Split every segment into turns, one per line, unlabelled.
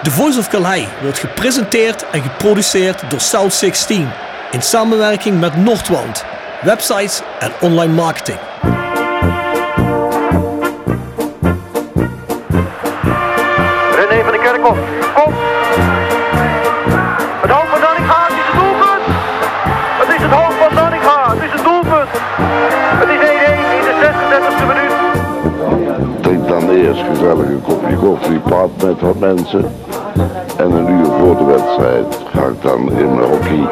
The Voice of Calais wordt gepresenteerd en geproduceerd door South 16 in samenwerking met Noordwand, websites en online marketing.
René van de Kerkhof, kom! Het hoofd van Nanninga, het is het doelpunt! Het is het hoofd van Nanninga, het is het doelpunt! Het is 1-1 in de 36e minuut.
Drink dan eerst gezellig een kopje koffie, praat met wat mensen. En een uur voor de wedstrijd ga ik dan in mijn hockey.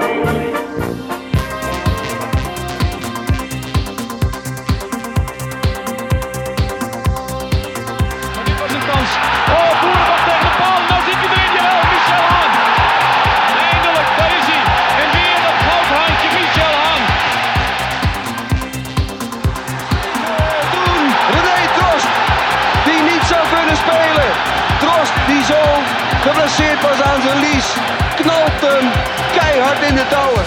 Geblesseerd was aan zijn lies, knalt hem keihard in de touwen.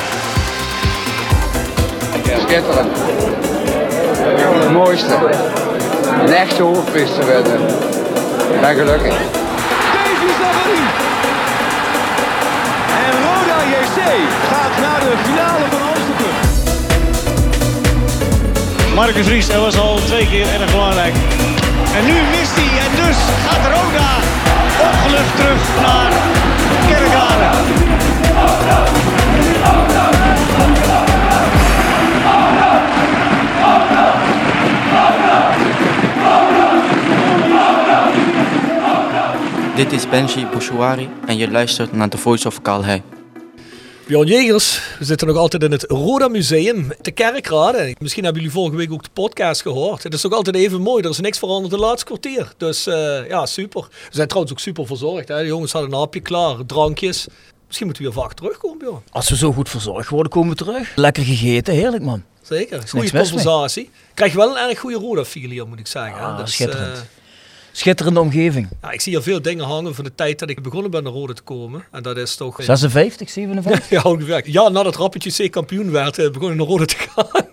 Schitterend. Het mooiste. Een echte hoofdpiste werden. Ik ben gelukkig.
Davy Savary. En Roda JC gaat naar de finale van Amsterdam.
Marcus Ries, dat was al 2 keer erg belangrijk. En nu mist hij en dus gaat Roda opgelucht terug naar Kerkrade.
Dit is Benji Bouchouari en je luistert naar The Voice of Calais.
Bjorn Jegers, we zitten nog altijd in het Roda Museum te Kerkrade. Misschien hebben jullie vorige week ook de podcast gehoord. Het is ook altijd even mooi, er is niks veranderd in het laatste kwartier. Dus ja, super. We zijn trouwens ook super verzorgd. Hè? De jongens hadden een hapje klaar, drankjes. Misschien moeten we weer vaak terugkomen, Bjorn.
Als we zo goed verzorgd worden, komen we terug. Lekker gegeten, heerlijk man.
Zeker, goede conversatie. Krijg je wel een erg goede Roda-feel hier, moet ik zeggen.
Ah,
dat
schitterend.
Is,
schitterende omgeving.
ja, ik zie hier veel dingen hangen van de tijd dat ik begonnen ben naar Roda te komen. En dat is toch...
56, 57?
Ja, ongeveer. Ja, nadat Rapid JC kampioen werd, begon ik naar Roda te gaan.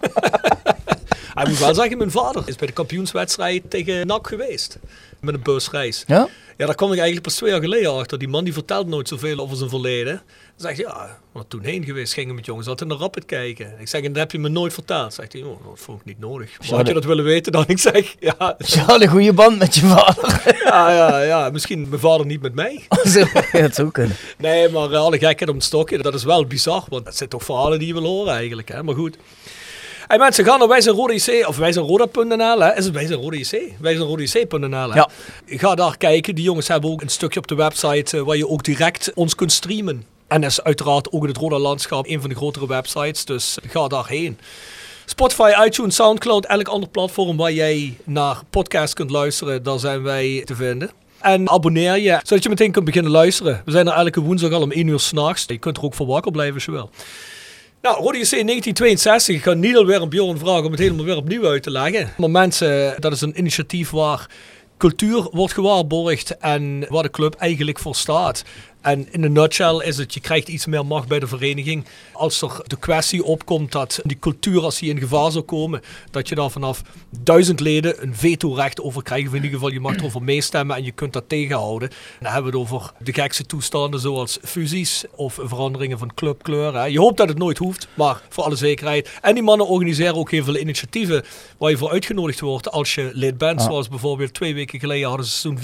Ik moet wel zeggen, mijn vader is bij de kampioenswedstrijd tegen NAC geweest. Met een busreis.
Ja?
Ja, daar kwam ik eigenlijk pas 2 jaar geleden achter. Die man die vertelt nooit zoveel over zijn verleden. Dan zeg je, ja, maar toen heen geweest, gingen met jongens altijd naar Rapid kijken. Ik zeg, en dat heb je me nooit verteld. Zegt hij, oh, dat vond ik niet nodig. Had je dat willen weten dan? Ik zeg, ja.
Je had een goede band met je vader.
Ja, misschien mijn vader niet met mij.
Zo, dat zou kunnen.
Nee, maar alle gekheid om het stokje, dat is wel bizar. Want dat zijn toch verhalen die je wil horen eigenlijk. Hè? Maar goed. Hey mensen, ga naar wijzenroda.nl of wijzenroda.nl. Is het wijzenroda.nl? Wijzenroda.nl.
Ja.
Ga daar kijken. Die jongens hebben ook een stukje op de website waar je ook direct ons kunt streamen. En dat is uiteraard ook in het Roda-landschap een van de grotere websites. Dus ga daarheen. Spotify, iTunes, Soundcloud, elk ander platform waar jij naar podcasts kunt luisteren, daar zijn wij te vinden. En abonneer je, zodat je meteen kunt beginnen luisteren. We zijn er elke woensdag al om 1 uur 's nachts. Je kunt er ook voor wakker blijven als je wil. Nou, Roda JC 1962. Ik ga niet alweer aan Bjorn vragen om het helemaal weer opnieuw uit te leggen. Maar mensen, dat is een initiatief waar cultuur wordt gewaarborgd en waar de club eigenlijk voor staat. En in een nutshell is het, je krijgt iets meer macht bij de vereniging. Als er de kwestie opkomt dat die cultuur, als die in gevaar zou komen, dat je daar vanaf 1000 leden een vetorecht over krijgt. Of in ieder geval, je mag erover meestemmen en je kunt dat tegenhouden. En dan hebben we het over de gekste toestanden zoals fusies of veranderingen van clubkleur. Hè. Je hoopt dat het nooit hoeft, maar voor alle zekerheid. En die mannen organiseren ook heel veel initiatieven waar je voor uitgenodigd wordt als je lid bent. Zoals bijvoorbeeld 2 weken geleden hadden ze seizoen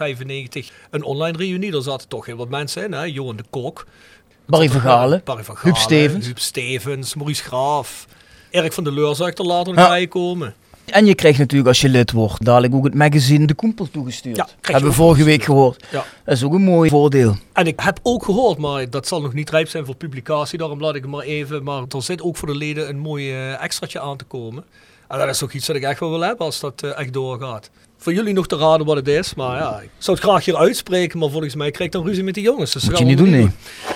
94-95 een online reunie. Daar zaten toch heel wat mensen in. Hè? Johan de Kok.
Barry van Galen. Huub
Stevens, Maurice Graaf. Erik van der Leur zou ik er later nog bij komen.
En je krijgt natuurlijk als je lid wordt dadelijk ook het magazine De Koempel toegestuurd. Ja, hebben we vorige week gehoord. Ja. Dat is ook een mooi voordeel.
En ik heb ook gehoord, maar dat zal nog niet rijp zijn voor publicatie. Daarom laat ik het maar even. Maar er zit ook voor de leden een mooi extraatje aan te komen. En dat is ook iets wat ik echt wel wil hebben als dat echt doorgaat. Voor jullie nog te raden wat het is. Maar ja, ik zou het graag hier uitspreken. Maar volgens mij krijg ik dan ruzie met die jongens. Dus
moet je niet doen, nee.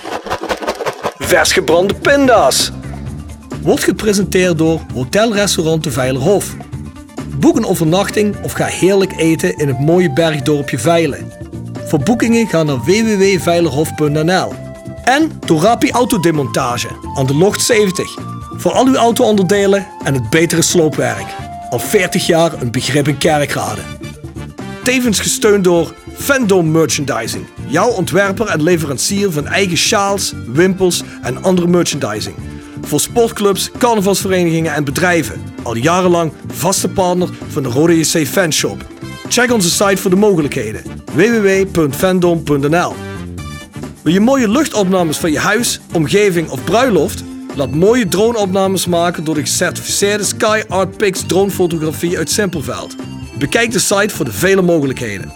Vers gebrande pinda's. Wordt gepresenteerd door Hotel Restaurant de Veilerhof. Boek een overnachting of ga heerlijk eten in het mooie bergdorpje Veilen. Voor boekingen ga naar www.veilerhof.nl. En Torapi Autodemontage aan de Locht 70. Voor al uw auto-onderdelen en het betere sloopwerk. Al 40 jaar een begrip in Kerkrade. Tevens gesteund door
Fandom Merchandising. Jouw ontwerper en leverancier van eigen sjaals, wimpels en andere merchandising. Voor sportclubs, carnavalsverenigingen en bedrijven. Al jarenlang vaste partner van de Rode JC Fanshop. Check onze site voor de mogelijkheden. www.fandom.nl. Wil je mooie luchtopnames van je huis, omgeving of bruiloft? Laat mooie droneopnames maken door de gecertificeerde Sky Art Pix dronefotografie uit Simpelveld. Bekijk de site voor de vele mogelijkheden.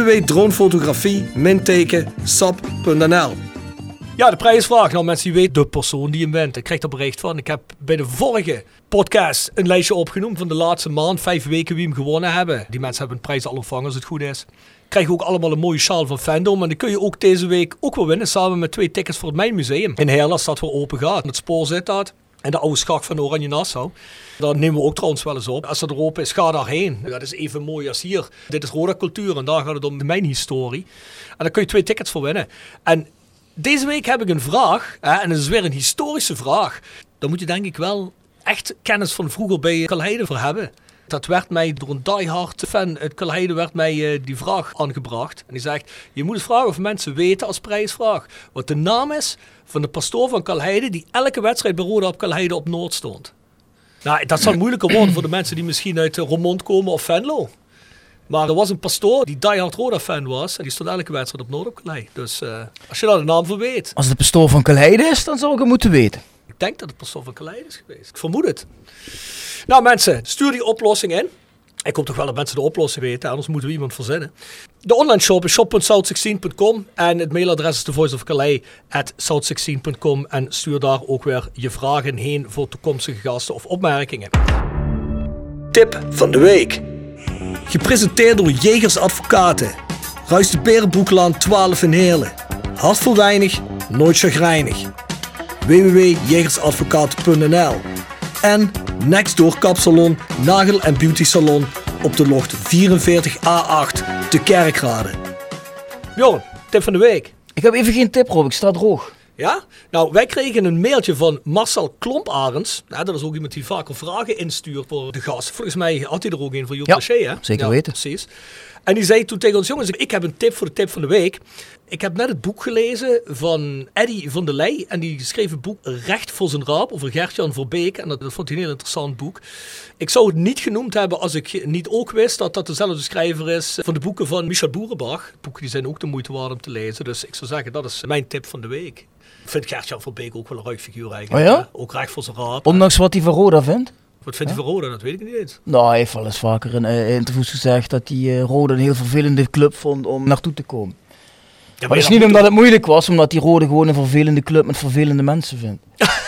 www.dronefotografie-sap.nl.
Ja, de prijsvraag. Nou, mensen die weten de persoon die je bent. Ik krijg daar bericht van. Ik heb bij de vorige podcast een lijstje opgenoemd van de laatste maand, 5 weken wie hem gewonnen hebben. Die mensen hebben een prijs al ontvangen als het goed is. Krijgen ook allemaal een mooie sjaal van Fandom. En die kun je ook deze week ook wel winnen. Samen met 2 tickets voor het Mijnmuseum. In Heerlen staat weer open gaat. Het spoor zit dat. En de oude schacht van Oranje Nassau. Daar nemen we ook trouwens wel eens op. Als dat er open is, ga daarheen. Dat is even mooi als hier. Dit is Roda Cultuur en daar gaat het om de mijnhistorie. En daar kun je 2 tickets voor winnen. En deze week heb ik een vraag. En het is weer een historische vraag. Daar moet je denk ik wel echt kennis van vroeger bij Kalheide voor hebben. Dat werd mij door een diehard fan uit Kalheide werd mij die vraag aangebracht. En die zegt, je moet het vragen of mensen weten als prijsvraag. Wat de naam is van de pastoor van Kalheide die elke wedstrijd bij Roda op Kalheide op Noord stond. Nou, dat zal moeilijker worden voor de mensen die misschien uit Roermond komen of Venlo. Maar er was een pastoor die diehard Roda fan was. En die stond elke wedstrijd op Noord op Kalheide. Dus als je daar de naam voor weet.
Als het de pastoor van Kalheide is, dan zou ik het moeten weten.
Ik denk dat het pastoor van Kalheide is geweest. Ik vermoed het. Nou mensen, stuur die oplossing in. Ik hoop toch wel dat mensen de oplossing weten, anders moeten we iemand verzinnen. De online shop is shop.south16.com en het mailadres is thevoiceofcalais@south16.com en stuur daar ook weer je vragen heen voor toekomstige gasten of opmerkingen. Tip van de week. Gepresenteerd door Jegers Advocaten. Ruist de Berenbroeklaan 12 in Heerlen. Hart voor weinig, nooit chagrijnig. www.jegersadvocaten.nl. En Nextdoor Kapsalon, Nagel en Beauty Salon op de locht 44A8 te Kerkrade. Bjorn, tip van de week.
Ik heb even geen tip, Rob. Ik sta droog.
Ja? Nou, wij kregen een mailtje van Marcel Klomparens. Nou, dat is ook iemand die vaker vragen instuurt voor de gast. Volgens mij had hij er ook een voor Joop Lachey, hè?
Zeker weten.
Precies. En die zei toen tegen ons, jongens, ik heb een tip voor de tip van de week. Ik heb net het boek gelezen van Eddy van der Leij. En die schreef het boek Recht voor zijn raap over Gert-Jan Verbeek. En dat vond hij een heel interessant boek. Ik zou het niet genoemd hebben als ik niet ook wist dat dat dezelfde schrijver is van de boeken van Michel Boerenbach. Boeken die zijn ook de moeite waard om te lezen. Dus ik zou zeggen, dat is mijn tip van de week. Ik vind Gert-Jan Verbeek ook wel een ruig figuur eigenlijk.
Oh ja?
Ook recht voor zijn raap.
Ondanks wat hij van Roda vindt?
Wat vindt hij van Roda? Dat weet ik niet eens.
Nou, hij heeft wel eens vaker in interviews gezegd dat hij Roda een heel vervelende club vond om naartoe te komen. Ja, maar dat is niet omdat het moeilijk was, omdat hij Roda gewoon een vervelende club met vervelende mensen vindt.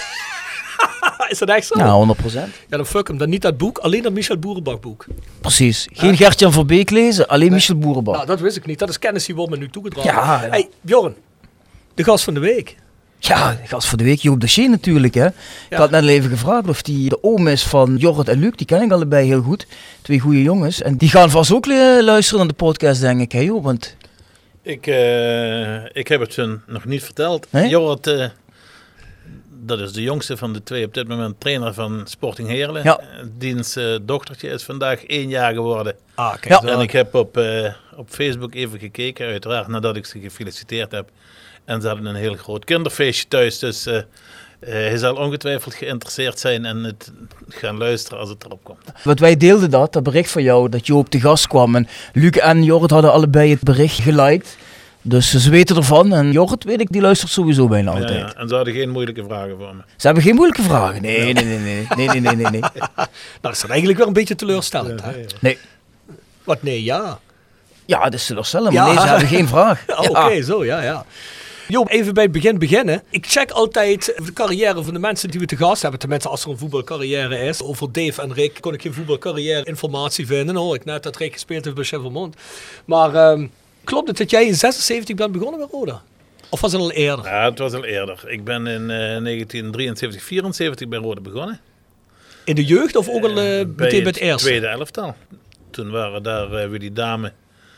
Is dat echt zo?
Ja, 100%.
Ja, dan fuck hem. Dan niet dat boek, alleen dat Michel Boerenbach boek.
Precies. Geen Gert-Jan Verbeek lezen, alleen Michel Boerenbach.
Nou, dat wist ik niet. Dat is kennis die wordt me nu toegedragen.
Ja.
Hey, Bjorn, de gast van de week.
Ja, de gast van de week, Joop Lachey natuurlijk. Hè. Ik had net even gevraagd of die de oom is van Jorrit en Luc. Die ken ik allebei heel goed. 2 goede jongens. En die gaan vast ook luisteren naar de podcast, denk ik. Hè, Joop? Want...
Ik heb het hun nog niet verteld.
Nee?
Jorrit, dat is de jongste van de 2 op dit moment trainer van Sporting Heerlen.
Ja.
Diens dochtertje is vandaag 1 jaar geworden.
Ah, kijk.
Ja.
En ik heb op Facebook even gekeken, uiteraard nadat ik ze gefeliciteerd heb. En ze hadden een heel groot kinderfeestje thuis. Dus hij zal ongetwijfeld geïnteresseerd zijn en het gaan luisteren als het erop komt.
Wat wij deelden dat bericht van jou, dat Joop te gast kwam. En Luc en Jorrit hadden allebei het bericht geliked. Dus ze weten ervan. En Jorrit, weet ik, die luistert sowieso bijna altijd.
Ja, en ze hadden geen moeilijke vragen voor me.
Ze hebben geen moeilijke vragen. Nee.
Nou, dat is dan eigenlijk wel een beetje teleurstellend. Hè?
Nee.
Wat nee, ja.
Ja, dat is teleurstellend, maar nee, ze hebben geen vraag.
Ja. Oké, zo, ja. Joop, even bij het begin beginnen. Ik check altijd de carrière van de mensen die we te gast hebben. Tenminste, als er een voetbalcarrière is. Over Dave en Rick kon ik geen voetbalcarrière informatie vinden. Dan hoor ik net dat Rick gespeeld heeft bij Chevermond. Maar klopt het dat jij in 76 bent begonnen bij Roda? Of was het al eerder?
Ja, het was al eerder. Ik ben in 1973, 74 bij Roda begonnen.
In de jeugd of ook al meteen bij het eerste?
Tweede elftal. Toen waren daar Willy Dame,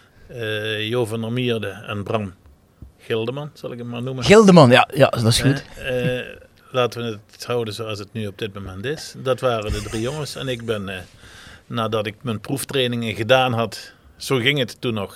Jo van der Mierde en Bram Gildeman, zal ik hem maar noemen.
Gildeman, ja, dat is goed.
Laten we het houden zoals het nu op dit moment is. Dat waren de 3 jongens. En ik ben, nadat ik mijn proeftrainingen gedaan had, zo ging het toen nog.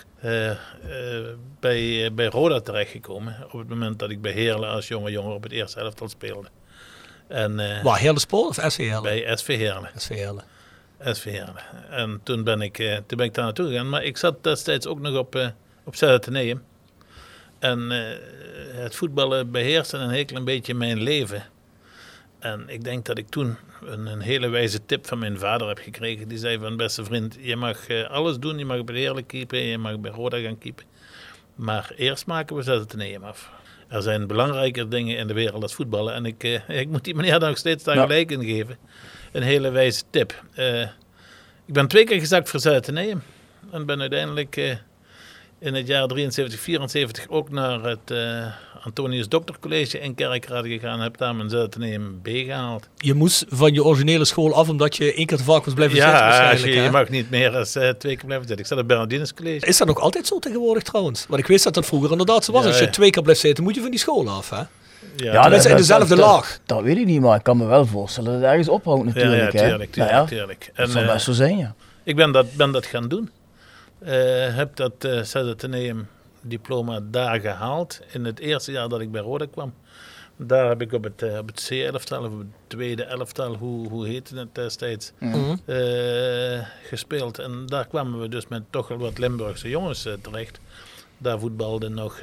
Bij Roda terechtgekomen. Op het moment dat ik bij Heerlen als jonge op het eerste elftal speelde.
Waar, Heerlen Sport of SV Heerlen?
Bij SV Heerlen. SV Heerlen. En toen ben ik daar naartoe gegaan. Maar ik zat destijds ook nog op Zuid-Atheneum. En het voetballen beheerste een heel klein beetje mijn leven. En ik denk dat ik toen een hele wijze tip van mijn vader heb gekregen. Die zei van, beste vriend, je mag alles doen. Je mag bij Heerlen keepen, je mag bij Roda gaan keepen. Maar eerst maken we Zuid-Atheneum af. Er zijn belangrijker dingen in de wereld als voetballen. En ik moet die meneer dan nog steeds daar gelijk in geven. Een hele wijze tip. Ik ben 2 keer gezakt voor Zuid-Atheneum. En ben uiteindelijk in het jaar 73, 74 ook naar het Antonius Doktercollege in Kerkrade gegaan. Heb daar mijn Zuid-Atheneum B gehaald.
Je moest van je originele school af omdat je 1 keer te vaak was blijven zitten waarschijnlijk.
Ja, je mag niet meer dan 2 keer blijven zitten. Ik zat op Bernardinus College.
Is dat nog altijd zo tegenwoordig trouwens? Want ik wist dat dat vroeger inderdaad zo was. Als je 2 keer blijft zitten, moet je van die school af, hè? Ja, dat is in dezelfde laag.
Dat weet ik niet, maar ik kan me wel voorstellen dat het ergens ophoudt natuurlijk.
Tuurlijk.
Dat zal best zo zijn, ja.
Ik ben dat gaan doen. Heb dat Zuid-Atheneum diploma daar gehaald. In het eerste jaar dat ik bij Roda kwam. Daar heb ik op het C-elftal, of het tweede elftal, hoe heette het destijds, gespeeld. En daar kwamen we dus met toch wel wat Limburgse jongens terecht. Daar voetbalden nog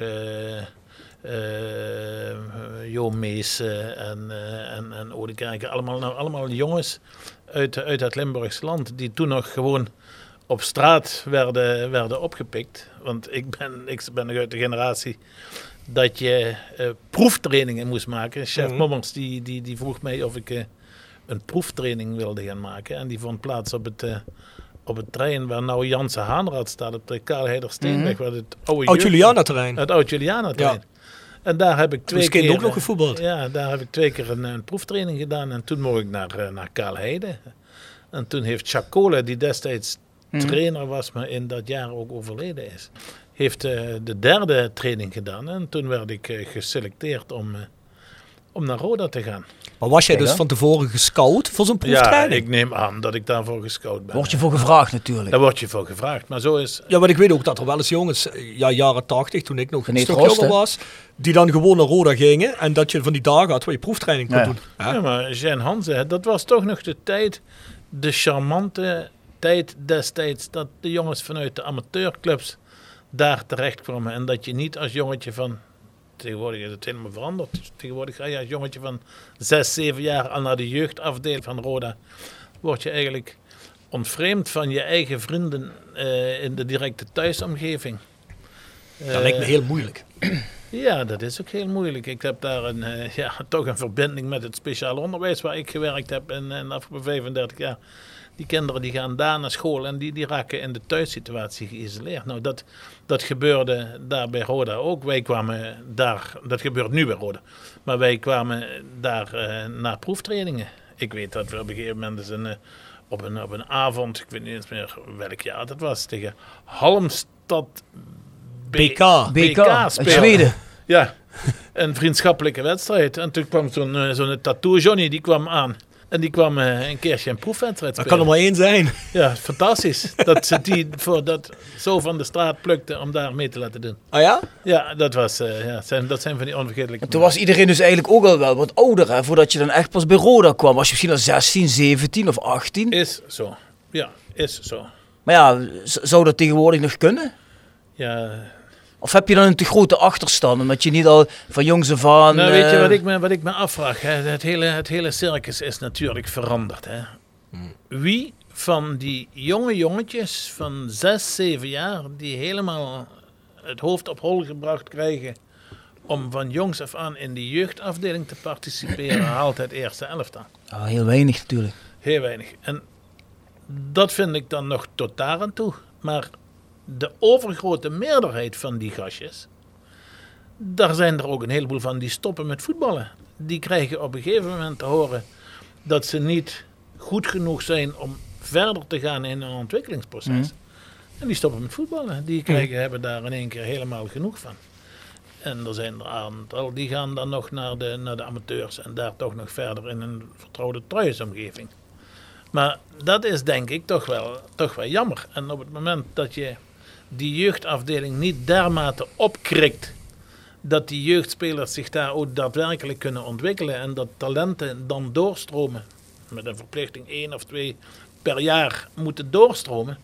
Jo Mees en Oudekerke. Allemaal jongens uit het Limburgse land die toen nog gewoon op straat werden opgepikt. Want ik ben nog uit de generatie dat je proeftrainingen moest maken. Chef Mommers die vroeg mij of ik een proeftraining wilde gaan maken. En die vond plaats op het terrein waar nou Janse Haanrad staat. Op de Karl-Heider-Steenweg. Het
Oud-Juliana-terrein.
Het Oud-Juliana-terrein. Ja. En daar heb ik 2 keer
ook nog gevoetbald.
Ja, daar heb ik 2 keer een proeftraining gedaan. En toen mocht ik naar Kaalheide. En toen heeft Jacques Kolen, die destijds trainer was, maar in dat jaar ook overleden is, heeft de 3e training gedaan. En toen werd ik geselecteerd om naar Roda te gaan.
Maar was jij dus van tevoren gescout voor zo'n proeftraining?
Ja, ik neem aan dat ik daarvoor gescout ben.
Word je voor gevraagd natuurlijk.
Daar word je voor gevraagd, maar zo is...
Ja, maar ik weet ook dat er wel eens jongens, jaren 80, toen ik nog een stuk jonger was, die dan gewoon naar Roda gingen en dat je van die dagen had waar je proeftraining kon doen.
Ja, maar Jean Hanze, dat was toch nog de tijd, de charmante tijd destijds, dat de jongens vanuit de amateurclubs daar terecht kwamen. En dat je niet als jongetje van... Tegenwoordig is het helemaal veranderd. Tegenwoordig ga je als jongetje van 6, 7 jaar al naar de jeugdafdeling van Roda. Word je eigenlijk ontvreemd van je eigen vrienden in de directe thuisomgeving.
Dat lijkt me heel moeilijk.
Ja, dat is ook heel moeilijk. Ik heb daar toch een verbinding met het speciaal onderwijs waar ik gewerkt heb in de afgelopen 35 jaar. Die kinderen die gaan daar naar school en die raken in de thuissituatie geïsoleerd. Nou, dat gebeurde daar bij Roda ook. Wij kwamen daar, dat gebeurt nu bij Roda, maar wij kwamen daar naar proeftrainingen. Ik weet dat we op een gegeven moment op een avond, ik weet niet eens meer welk jaar dat was, tegen Halmstad
BK
Zweden.
Ja, een vriendschappelijke wedstrijd. En toen kwam zo'n tattoo Johnny, die kwam aan. En die kwam een keertje een proefwedstrijd spelen.
Dat kan er maar 1 zijn.
Ja, fantastisch. Dat ze die voor dat zo van de straat plukte om daar mee te laten doen.
Ah ja?
Ja, dat zijn van die onvergetelijke...
En toen was iedereen dus eigenlijk ook al wel wat ouder, hè, voordat je dan echt pas bij Roda kwam. Was je misschien al 16, 17 of 18?
Is zo. Ja, is zo.
Maar ja, zou dat tegenwoordig nog kunnen?
Ja...
Of heb je dan een te grote achterstand, omdat je niet al van jongs af aan...
Nou, weet je wat ik me afvraag? Hè? Het hele circus is natuurlijk veranderd. Hè? Wie van die jonge jongetjes van 6, 7 jaar, die helemaal het hoofd op hol gebracht krijgen om van jongs af aan in de jeugdafdeling te participeren, haalt het eerste elftal?
Oh, heel weinig natuurlijk.
Heel weinig. En dat vind ik dan nog tot daar aan toe. Maar... de overgrote meerderheid van die gastjes, daar zijn er ook een heleboel van die stoppen met voetballen. Die krijgen op een gegeven moment te horen dat ze niet goed genoeg zijn om verder te gaan in een ontwikkelingsproces. En die stoppen met voetballen. Die hebben daar in één keer helemaal genoeg van. En er zijn er een aantal die gaan dan nog naar de amateurs en daar toch nog verder in een vertrouwde thuisomgeving. Maar dat is denk ik toch wel jammer. En op het moment dat je die jeugdafdeling niet dermate opkrikt dat die jeugdspelers zich daar ook daadwerkelijk kunnen ontwikkelen en dat talenten dan doorstromen, met een verplichting 1 of 2 per jaar moeten doorstromen,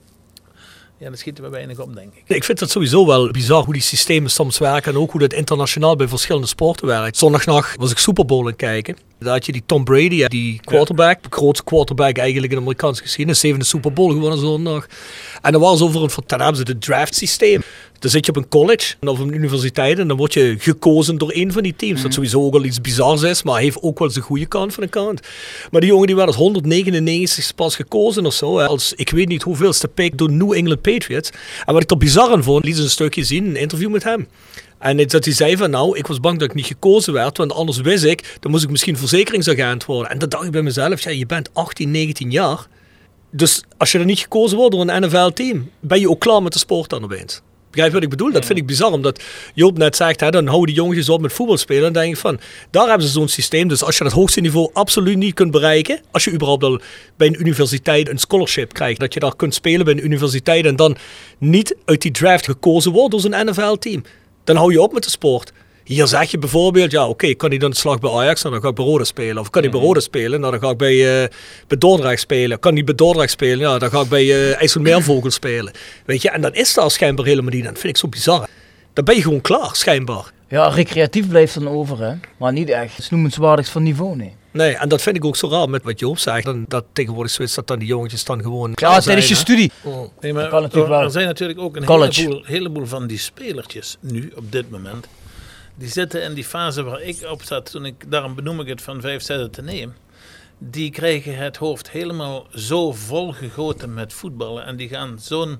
ja, dan schieten we weinig op, denk ik.
Ik vind het sowieso wel bizar hoe die systemen soms werken en ook hoe dat internationaal bij verschillende sporten werkt. Zondagnacht was ik Super Bowl aan het kijken. Daar had je die Tom Brady, die quarterback, de grootste quarterback eigenlijk in de Amerikaanse geschiedenis, 7e Super Bowl gewonnen zondag. En dan was het over dan hebben ze het draft systeem. Dan zit je op een college of een universiteit en dan word je gekozen door een van die teams. Dat sowieso ook wel iets bizars is, maar heeft ook wel zijn goede kant van de kant. Maar die jongen die werd als 199 pas gekozen of zo, als ik weet niet hoeveelste pick door New England Patriots. En wat ik er bizar aan vond, liet ze een stukje zien, een interview met hem. En dat hij zei van, nou, ik was bang dat ik niet gekozen werd, want anders wist ik, dan moest ik misschien verzekeringsagent worden. En dat dacht ik bij mezelf, ja, je bent 18, 19 jaar. Dus als je er niet gekozen wordt door een NFL-team, ben je ook klaar met de sport dan opeens. Begrijp je wat ik bedoel? Dat vind ik bizar, omdat Joop net zegt, dan houden die jongetjes op met voetbal spelen. Dan denk ik van, daar hebben ze zo'n systeem. Dus als je dat hoogste niveau absoluut niet kunt bereiken, als je überhaupt al bij een universiteit een scholarship krijgt, dat je daar kunt spelen bij een universiteit en dan niet uit die draft gekozen wordt door zo'n NFL-team, dan hou je op met de sport. Hier zeg je bijvoorbeeld, ja oké, kan hij dan de slag bij Ajax, dan ga ik bij Roda spelen. Of kan hij bij Roda spelen, nou, dan ga ik bij Dordrecht spelen. Kan hij bij Dordrecht spelen, ja, dan ga ik bij IJsselmeervogel spelen. Weet je, en dan is daar schijnbaar helemaal niet. Dat vind ik zo bizar. Dan ben je gewoon klaar, schijnbaar.
Ja, recreatief blijft dan over, hè. Maar niet echt noemenswaardigs van niveau, nee.
Nee, en dat vind ik ook zo raar met wat Joop zegt. Dat tegenwoordig zo is dat dan die jongetjes dan gewoon
klaar zijn. Tijdens je studie.
Nee, maar er zijn natuurlijk ook een heleboel van die spelertjes nu, op dit moment. Die zitten in die fase waar ik op zat, daarom benoem ik het van 5, 6 Atheneum. Die krijgen het hoofd helemaal zo volgegoten met voetballen. En die gaan zo'n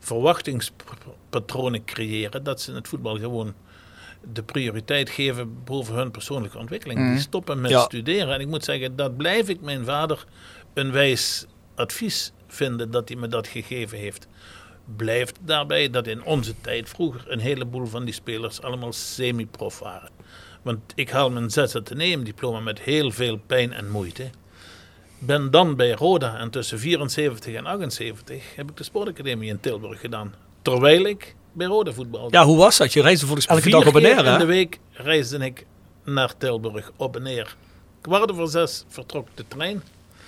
verwachtingspatronen creëren dat ze het voetbal gewoon de prioriteit geven boven hun persoonlijke ontwikkeling. Die stoppen met studeren. En ik moet zeggen, dat blijf ik mijn vader een wijs advies vinden dat hij me dat gegeven heeft. Blijft daarbij dat in onze tijd vroeger een heleboel van die spelers allemaal semi-prof waren. Want ik haal mijn 6 Atheneum diploma met heel veel pijn en moeite. Ben dan bij Roda en tussen 74 en 78 heb ik de sportacademie in Tilburg gedaan. Terwijl ik bij Roda voetbalde.
Ja, hoe was dat? Je reisde volgens elke dag op en neer, hè?
4 keer in de week reisde ik naar Tilburg op en neer. 5:15 vertrok de trein.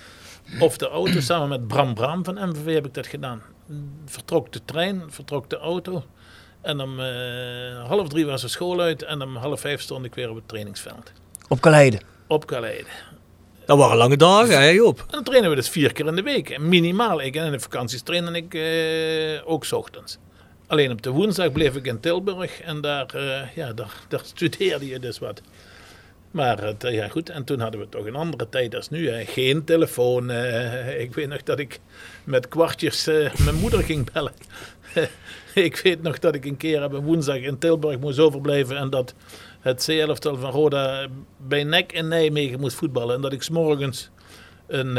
Of de auto, samen met Bram van MVV heb ik dat gedaan. Vertrok de trein, vertrok de auto. En om 2:30 was de school uit. En om 4:30 stond ik weer op het trainingsveld.
Op Kaleide?
Op Kaleide.
Dat waren lange dagen, hè Joop?
En dan trainen we dus 4 keer in de week. En minimaal. En in de vakanties trainde ik ook 's ochtends. Alleen op de woensdag bleef ik in Tilburg. En daar studeerde je dus wat. Maar ja goed, en toen hadden we toch een andere tijd als nu. Hè. Geen telefoon. Ik weet nog dat ik met kwartjes mijn moeder ging bellen. Ik weet nog dat ik een keer op een woensdag in Tilburg moest overblijven. En dat het C11-tal van Roda bij NEC in Nijmegen moest voetballen. En dat ik 's morgens een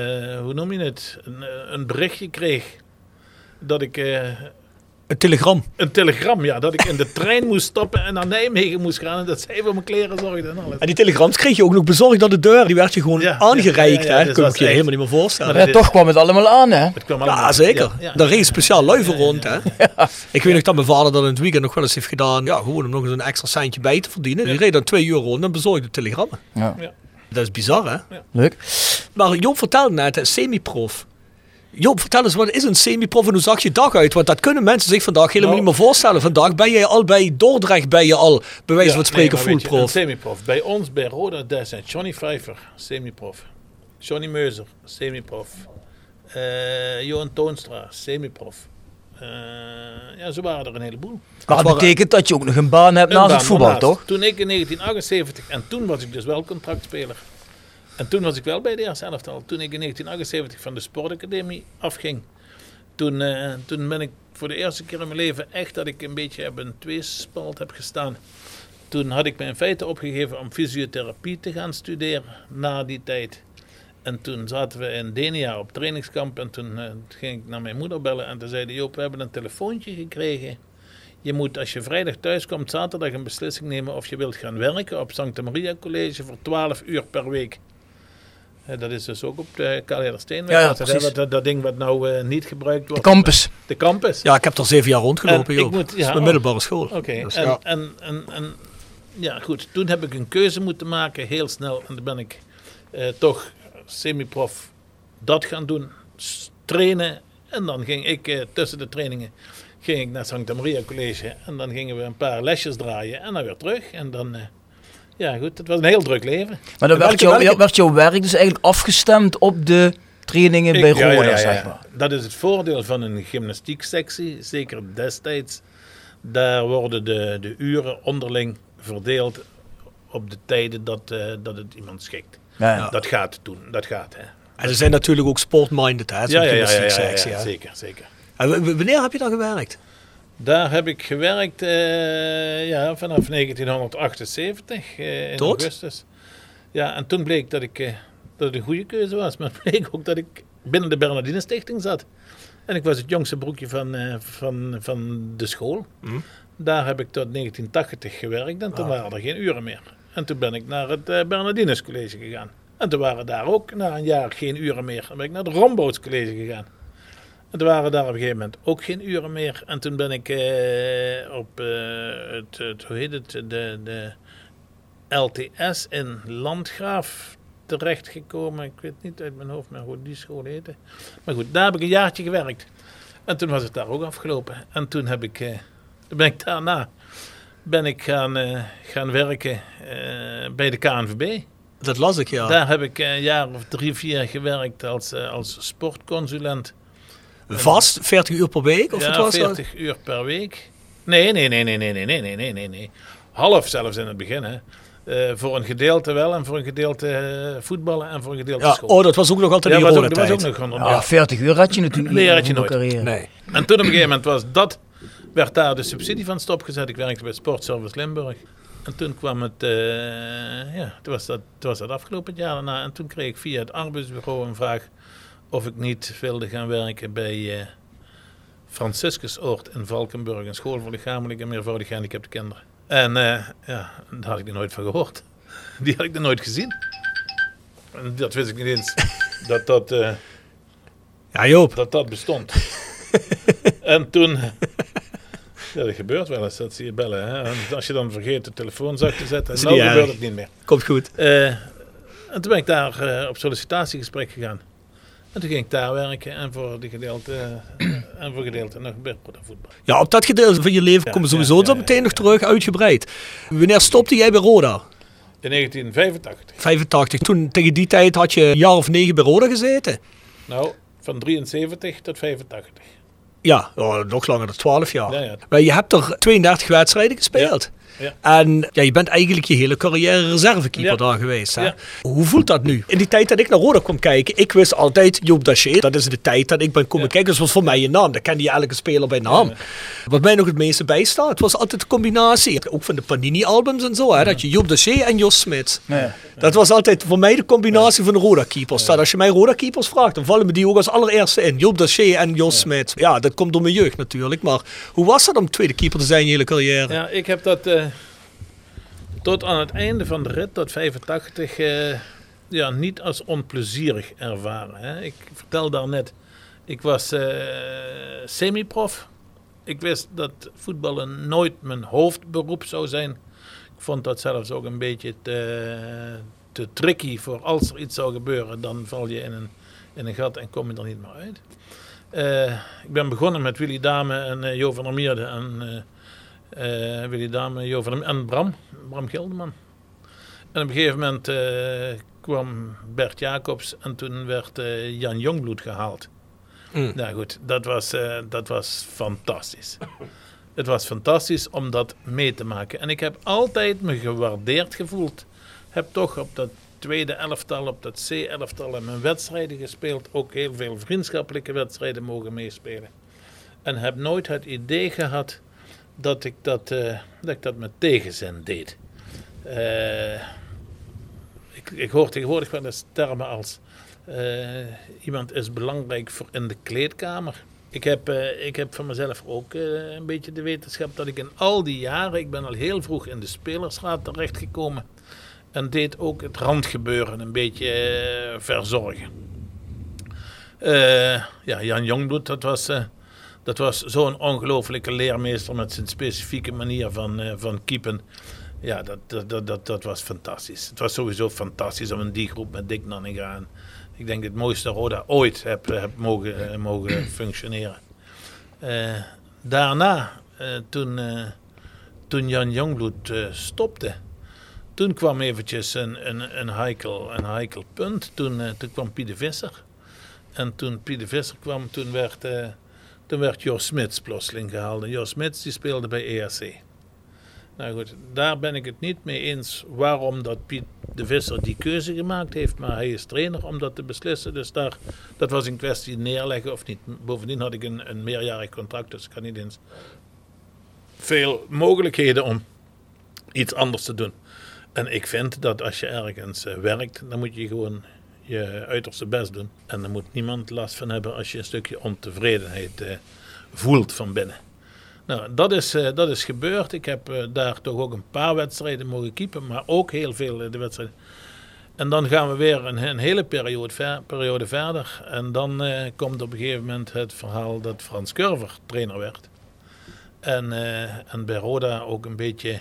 berichtje kreeg. Dat ik...
Een telegram.
Een telegram, ja. Dat ik in de trein moest stappen en naar Nijmegen moest gaan. En dat zij voor mijn kleren zorgde en alles.
En die telegrams kreeg je ook nog bezorgd aan de deur. Die werd je gewoon aangereikt.
Ja,
dat kun je helemaal niet meer voorstellen.
Maar toch kwam het allemaal aan, hè?
Ja, zeker. Daar reed speciaal luiven rond, hè. Ja. Ik weet nog dat mijn vader dat in het weekend nog wel eens heeft gedaan. Ja, gewoon om nog eens een extra centje bij te verdienen. Die reed dan 2 uur rond en bezorgde telegrammen.
Ja.
Dat is bizar, hè.
Ja. Leuk.
Maar Joop vertelde net, semi-prof. Joop, vertel eens, wat is een semi-prof en hoe zag je dag uit? Want dat kunnen mensen zich vandaag helemaal niet meer voorstellen. Vandaag ben je al bij Dordrecht, bij wijze van spreken, full-prof.
Een semi-prof. Bij ons, bij Roda, daar zijn Johnny Pfeiffer, semi-prof. Johnny Meuser, semi-prof. Johan Toonstra, semi-prof. Zo waren er een heleboel.
Maar dat betekent dat je ook nog een baan hebt naast het voetbal, toch?
Toen ik in 1978, en toen was ik dus wel contractspeler. En toen was ik wel bij de eerste elftal. Toen ik in 1978 van de sportacademie afging. Toen ben ik voor de eerste keer in mijn leven echt dat ik een beetje op een tweespalt heb gestaan. Toen had ik me in feite opgegeven om fysiotherapie te gaan studeren na die tijd. En toen zaten we in Denia op trainingskamp en toen ging ik naar mijn moeder bellen. En toen zei de Joop, we hebben een telefoontje gekregen. Je moet als je vrijdag thuis komt zaterdag een beslissing nemen of je wilt gaan werken op Santa Maria College voor 12 uur per week. Dat is dus ook op de Karl Steenweg. Dat ding wat nou niet gebruikt wordt.
De
campus.
Ja, ik heb er 7 jaar rondgelopen, joh. Dat is mijn middelbare school.
Oké.
Dus,
ja, goed. Toen heb ik een keuze moeten maken, heel snel. En toen ben ik toch semi-prof dat gaan doen. Trainen. En dan ging ik tussen de trainingen naar Santa Maria College. En dan gingen we een paar lesjes draaien. En dan weer terug. En dan... ja, goed, het was een heel druk leven.
Maar dan werd jouw werk dus eigenlijk afgestemd op de trainingen bij Roda, zeg maar.
Dat is het voordeel van een gymnastieksectie, zeker destijds. Daar worden de uren onderling verdeeld op de tijden dat het iemand schikt. Ja. Dat gaat toen, hè.
En ze zijn natuurlijk ook sportminded, hè?
Ja, zeker.
En wanneer heb je daar gewerkt?
Daar heb ik gewerkt vanaf 1978 in augustus. Ja, en toen bleek dat het een goede keuze was. Maar het bleek ook dat ik binnen de Bernardine Stichting zat. En ik was het jongste broekje van de school. Daar heb ik tot 1980 gewerkt en toen waren er geen uren meer. En toen ben ik naar het Bernardines College gegaan. En toen waren daar ook na een jaar geen uren meer. Dan ben ik naar het Rombouts College gegaan. En toen waren daar op een gegeven moment ook geen uren meer. En toen ben ik op de LTS in Landgraaf terechtgekomen. Ik weet niet uit mijn hoofd meer hoe die school heette. Maar goed, daar heb ik een jaartje gewerkt. En toen was het daar ook afgelopen. En toen ben ik daarna gaan werken bij de KNVB.
Dat las ik, ja.
Daar heb ik een jaar of 3-4 gewerkt als sportconsulent.
Vast? 40 uur per week? Of
ja,
het was
40 uur per week. Nee. Half zelfs in het begin, hè. Voor een gedeelte wel en voor een gedeelte voetballen en voor een gedeelte school.
Oh, dat was ook nog altijd die rode tijd.
Dat was ook nog
40 uur had je natuurlijk niet.
Nee, had je nooit.
Carrière.
Nee. En toen op een gegeven moment werd daar de subsidie van stopgezet. Ik werkte bij Sportservice Limburg. En toen kwam het, toen was dat afgelopen jaar daarna. En toen kreeg ik via het arbeidsbureau een vraag of ik niet wilde gaan werken bij Franciscusoord in Valkenburg. Een school voor lichamelijk en meervoudig gehandicapte kinderen. En daar had ik er nooit van gehoord. Die had ik er nooit gezien. En dat wist ik niet eens. Dat bestond. En toen... Ja, dat gebeurt wel eens, dat zie je bellen. Hè? En als je dan vergeet de telefoon zacht te zetten, dan gebeurt het niet meer.
Komt goed.
En toen ben ik daar op sollicitatiegesprek gegaan. En toen ging ik daar werken en voor gedeelte nog bij voetbal.
Ja, op dat gedeelte van je leven komen we sowieso zo meteen nog terug, uitgebreid. Wanneer stopte jij bij Roda?
In 1985.
85. Toen, tegen die tijd had je een jaar of 9 bij Roda gezeten?
Nou, van 73 tot 85.
Ja, nog langer dan 12 jaar.
Ja.
Maar je hebt er 32 wedstrijden gespeeld.
Ja.
En je bent eigenlijk je hele carrière reservekeeper daar geweest. Hè?
Ja.
Hoe voelt dat nu? In die tijd dat ik naar Roda kwam kijken, ik wist altijd Joop Daché. Dat is de tijd dat ik ben komen kijken. Dus was voor mij een naam. Dat kende je elke speler bij naam. Ja. Wat mij nog het meeste bijstaat, was altijd de combinatie. Ook van de Panini-albums en zo. Hè? Dat je Joop Daché en Jos Smit. Ja. Dat was altijd voor mij de combinatie van de Roda-keepers. Ja. Als je mij Roda-keepers vraagt, dan vallen me die ook als allereerste in. Joop Daché en Jos Smit. Ja, dat komt door mijn jeugd natuurlijk. Maar hoe was dat om tweede keeper te zijn in je hele carrière?
Ja, ik heb dat... tot aan het einde van de rit, tot 85, niet als onplezierig ervaren. Hè. Ik vertel daar net, ik was semi-prof. Ik wist dat voetballen nooit mijn hoofdberoep zou zijn. Ik vond dat zelfs ook een beetje te tricky voor als er iets zou gebeuren. Dan val je in een gat en kom je er niet meer uit. Ik ben begonnen met Willy Dame en Jo van der Meerde en... Willy Dame, Jo van en Bram Gelderman. En op een gegeven moment kwam Bert Jacobs en toen werd Jan Jongbloed gehaald. Nou goed, dat was fantastisch. Het was fantastisch om dat mee te maken. En ik heb altijd me gewaardeerd gevoeld. Heb toch op dat tweede elftal, op dat C-elftal in mijn wedstrijden gespeeld. Ook heel veel vriendschappelijke wedstrijden mogen meespelen. En heb nooit het idee gehad... dat ik dat met tegenzin deed. Ik hoor tegenwoordig wel eens termen als... iemand is belangrijk voor in de kleedkamer. Ik heb van mezelf ook een beetje de wetenschap dat ik in al die jaren... Ik ben al heel vroeg in de spelersraad terechtgekomen. En deed ook het randgebeuren een beetje verzorgen. Jan Jongbloed, dat was zo'n ongelofelijke leermeester met zijn specifieke manier van keepen. Ja, dat was fantastisch. Het was sowieso fantastisch om in die groep met Dick Nanninga. Ik denk het mooiste Roda ooit heb mogen functioneren. Daarna, toen Jan Jongbloed stopte, toen kwam eventjes een heikel punt. Toen kwam Piet de Visser. En toen Piet de Visser kwam, toen werd Jos Smits plotseling gehaald. En Jos Smits die speelde bij ERC. Nou goed, daar ben ik het niet mee eens waarom dat Piet de Visser die keuze gemaakt heeft. Maar hij is trainer om dat te beslissen. Dus dat was een kwestie neerleggen of niet. Bovendien had ik een meerjarig contract, dus ik had niet eens veel mogelijkheden om iets anders te doen. En ik vind dat als je ergens werkt, dan moet je gewoon je uiterste best doen. En daar moet niemand last van hebben als je een stukje ontevredenheid voelt van binnen. Nou, dat is gebeurd. Ik heb daar toch ook een paar wedstrijden mogen keepen, maar ook heel veel de wedstrijden. En dan gaan we weer een hele periode verder. En dan komt op een gegeven moment het verhaal dat Frans Curver trainer werd. En bij Roda ook een beetje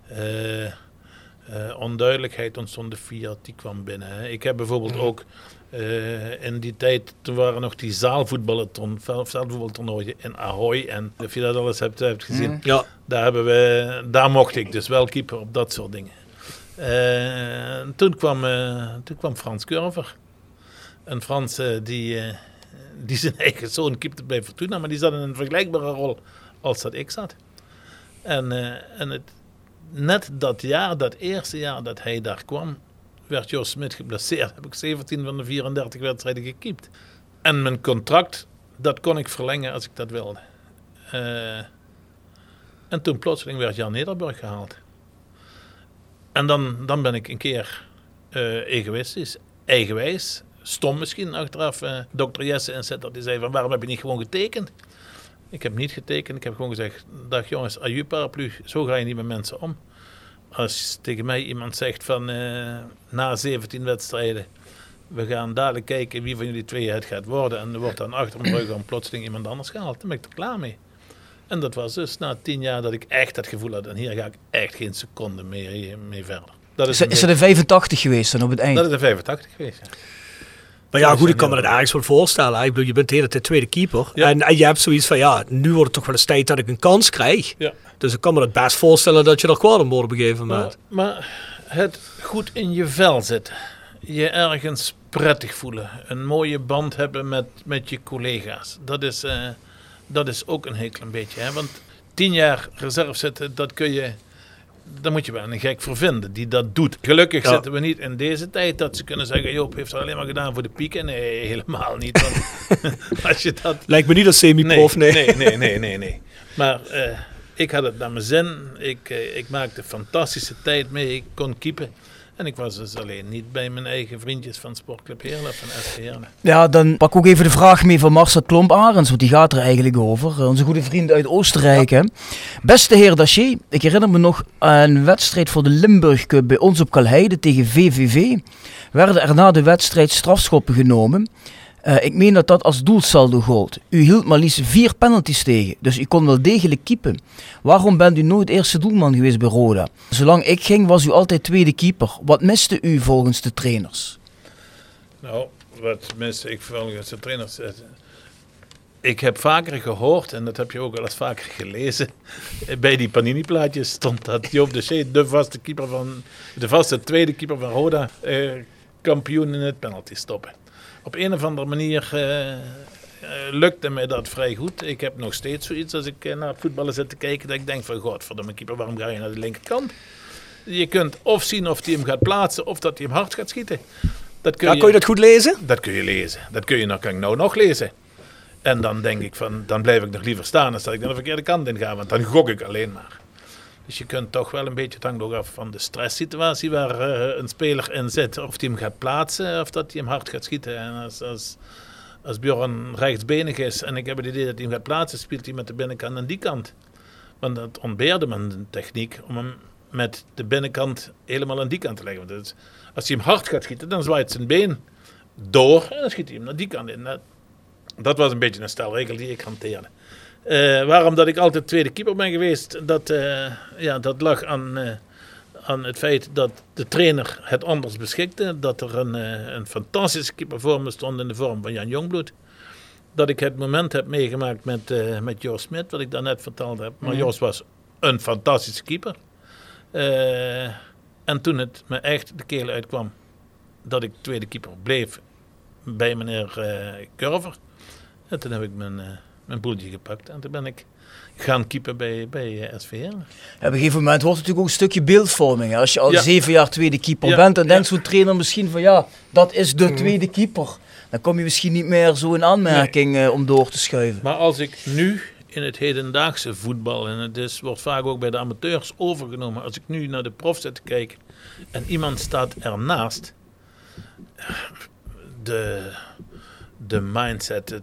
onduidelijkheid ontstond. De Fiat die kwam binnen. Hè. Ik heb bijvoorbeeld ook in die tijd, toen waren nog die zaalvoetbaltoernooien in Ahoy. En of je dat alles hebt gezien.
Ja.
Daar mocht ik dus wel keeper op dat soort dingen. Toen kwam Frans Curver. En Frans die zijn eigen zoon keepte bij Fortuna, maar die zat in een vergelijkbare rol als dat ik zat. Net dat eerste jaar dat hij daar kwam, werd Jos Smit geblesseerd. Heb ik 17 van de 34 wedstrijden gekiept. En mijn contract, dat kon ik verlengen als ik dat wilde. En toen plotseling werd Jan Nederburg gehaald. En dan ben ik een keer egoïstisch, eigenwijs, stom misschien achteraf. Dr. Jesse en Zetter die zei van waarom heb je niet gewoon getekend? Ik heb niet getekend, ik heb gewoon gezegd, dag jongens, aju paraplu, zo ga je niet met mensen om. Als tegen mij iemand zegt van na 17 wedstrijden, we gaan dadelijk kijken wie van jullie twee het gaat worden. En er wordt dan achter mijn rug dan plotseling iemand anders gehaald. Dan ben ik er klaar mee. En dat was dus na 10 jaar dat ik echt het gevoel had, en hier ga ik echt geen seconde mee verder.
Is het de 85 geweest dan op het eind?
Dat is de 85 geweest, ja.
Maar ja, goed, ik kan me dat ergens wel voorstellen. Ik bedoel, je bent de hele tijd tweede keeper. Ja. En je hebt zoiets van, ja, nu wordt het toch wel eens tijd dat ik een kans krijg. Ja. Dus ik kan me dat best voorstellen dat je er kwaad om wordt op een gegeven moment.
Maar het goed in je vel zitten. Je ergens prettig voelen. Een mooie band hebben met je collega's. Dat is ook een heel klein beetje. Hè? Want 10 jaar reserve zitten, daar moet je wel een gek voor vinden die dat doet. Gelukkig zitten we niet in deze tijd dat ze kunnen zeggen, Joop heeft het alleen maar gedaan voor de pieken. Nee, helemaal niet. Want als je dat...
Lijkt me niet als semi-prof,
nee. Maar ik had het naar mijn zin. Ik maakte fantastische tijd mee. Ik kon keepen. En ik was dus alleen niet bij mijn eigen vriendjes van Sportclub Heerlen, van SC Heerlen. Ja,
dan pak ik ook even de vraag mee van Marcel Klomp-Arends, want die gaat er eigenlijk over. Onze goede vriend uit Oostenrijk. Hè. Beste heer Daché, ik herinner me nog aan een wedstrijd voor de Limburg Cup bij ons op Kalheide tegen VVV. Werden er na de wedstrijd strafschoppen genomen. Ik meen dat als doelsaldo gold. U hield maar liefst 4 penalties tegen, dus u kon wel degelijk keepen. Waarom bent u nooit eerste doelman geweest bij Roda? Zolang ik ging was u altijd tweede keeper. Wat miste u volgens de trainers?
Nou, wat miste ik volgens de trainers? Ik heb vaker gehoord, en dat heb je ook wel eens vaker gelezen, bij die Panini-plaatjes stond dat Joop de Zee, de vaste tweede keeper van Roda, kampioen in het penalty stoppen. Op een of andere manier lukte mij dat vrij goed. Ik heb nog steeds zoiets als ik naar het voetballen zit te kijken, dat ik denk van godverdomme keeper, waarom ga je naar de linkerkant? Je kunt of zien of hij hem gaat plaatsen of dat hij hem hard gaat schieten.
Kon je dat goed lezen?
Dat kun je lezen. Kan ik nou nog lezen. En dan denk ik van, dan blijf ik nog liever staan dan dat ik naar de verkeerde kant in ga, want dan gok ik alleen maar. Dus je kunt toch wel een beetje, het hangt ook af van de stresssituatie waar een speler in zit. Of hij hem gaat plaatsen of dat hij hem hard gaat schieten. En als Bjorn rechtsbenig is en ik heb het idee dat hij hem gaat plaatsen, speelt hij met de binnenkant aan die kant. Want dat ontbeerde mijn techniek om hem met de binnenkant helemaal aan die kant te leggen. Want is, als hij hem hard gaat schieten, dan zwaait zijn been door en dan schiet hij hem naar die kant in. Dat was een beetje een stelregel die ik hanteerde. Waarom dat ik altijd tweede keeper ben geweest, dat lag aan het feit dat de trainer het anders beschikte. Dat er een fantastische keeper voor me stond in de vorm van Jan Jongbloed. Dat ik het moment heb meegemaakt met Jos Smit, wat ik daarnet verteld heb. Maar Jos was een fantastische keeper. En toen het me echt de keel uitkwam dat ik tweede keeper bleef bij meneer Curver. En toen heb ik mijn boeltje gepakt en toen ben ik gaan keepen bij SV Heerlen.
Op een gegeven moment wordt het natuurlijk ook een stukje beeldvorming. Als je al 7 jaar tweede keeper bent, dan denkt zo'n trainer misschien van dat is de tweede keeper. Dan kom je misschien niet meer zo in aanmerking om door te schuiven.
Maar als ik nu in het hedendaagse voetbal, en het wordt vaak ook bij de amateurs overgenomen, als ik nu naar de prof zit te kijken en iemand staat ernaast, de mindset,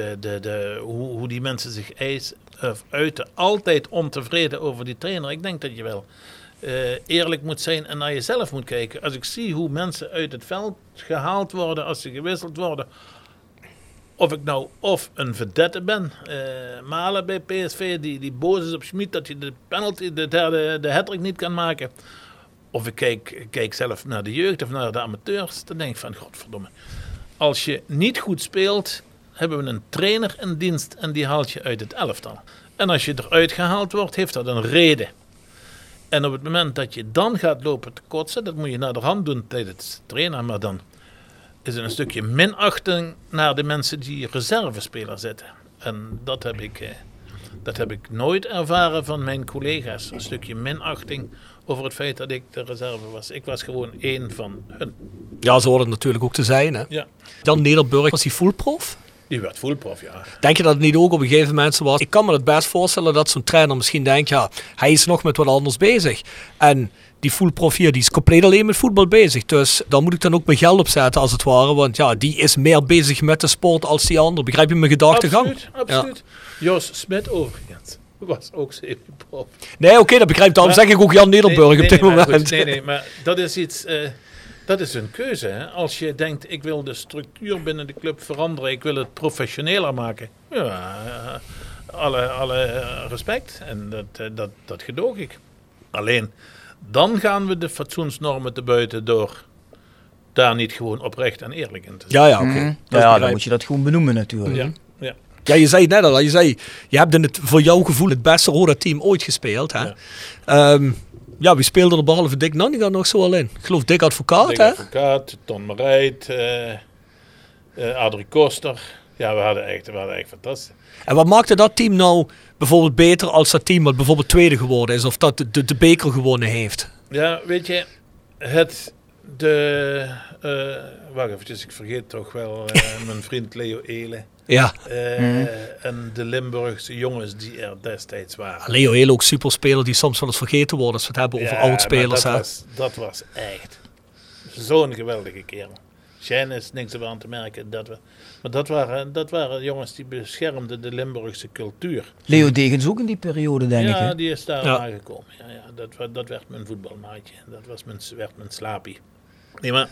hoe die mensen zich uiten, altijd ontevreden over die trainer. Ik denk dat je wel eerlijk moet zijn en naar jezelf moet kijken. Als ik zie hoe mensen uit het veld gehaald worden, als ze gewisseld worden, of ik nou of een vedette ben, Malen bij PSV, die boos is op Schmid dat je de penalty, de hattrick niet kan maken. Of ik kijk zelf naar de jeugd of naar de amateurs, dan denk ik van, godverdomme. Als je niet goed speelt, hebben we een trainer in dienst en die haalt je uit het elftal. En als je eruit gehaald wordt, heeft dat een reden. En op het moment dat je dan gaat lopen te kotsen, dat moet je naar de hand doen tijdens trainen, maar dan is er een stukje minachting naar de mensen die reservespeler zitten. En dat heb ik nooit ervaren van mijn collega's. Een stukje minachting over het feit dat ik de reserve was. Ik was gewoon één van hun.
Ja, zo hoort het natuurlijk ook te zijn. Hè?
Ja.
Jan Nederburg, was hij fullprof?
Die werd fullprof, ja.
Denk je dat het niet ook op een gegeven moment zo was? Ik kan me het best voorstellen dat zo'n trainer misschien denkt, hij is nog met wat anders bezig. En die fullprof hier, die is compleet alleen met voetbal bezig. Dus daar moet ik dan ook mijn geld op zetten als het ware. Want die is meer bezig met de sport als die ander. Begrijp je mijn gedachtegang?
Absoluut. Ja. Jos Smit overigens was ook semi-prof.
Nee, oké, dat begrijp ik. Daarom zeg ik ook Jan Nederburg op dit moment.
Nee, maar dat is iets... dat is een keuze. Hè? Als je denkt, ik wil de structuur binnen de club veranderen, ik wil het professioneler maken. Ja, alle respect. En dat gedoog ik. Alleen, dan gaan we de fatsoensnormen te buiten door daar niet gewoon oprecht en eerlijk in te zijn.
Ja, oké.
Dan moet je dat gewoon benoemen natuurlijk.
Ja.
Ja, je zei het net al. Je zei, je hebt in het voor jouw gevoel het beste Roda team ooit gespeeld. Hè? Ja. Wie speelde er behalve Dick Nanninga nog zo al in? Ik geloof Dick Advocaat,
Dick
hè?
Advocaat, Ton Marijt, Adrie Koster. Ja, we hadden echt fantastisch.
En wat maakte dat team nou bijvoorbeeld beter als dat team wat bijvoorbeeld tweede geworden is? Of dat de beker gewonnen heeft?
Ja, weet je, wacht even, ik vergeet toch wel mijn vriend Leo Eelen.
Ja.
En de Limburgse jongens die er destijds waren.
Leo Eelen ook superspeler die soms wel eens vergeten wordt als we het hebben over oudspelers.
Dat was echt zo'n geweldige kerel. Shane is niks aan te merken. Maar dat waren jongens die beschermden de Limburgse cultuur.
Leo Degens ook in die periode, denk ik.
Ja, die is daar aangekomen. Ja, dat werd mijn voetbalmaatje. Dat werd mijn slapie. Nee, maar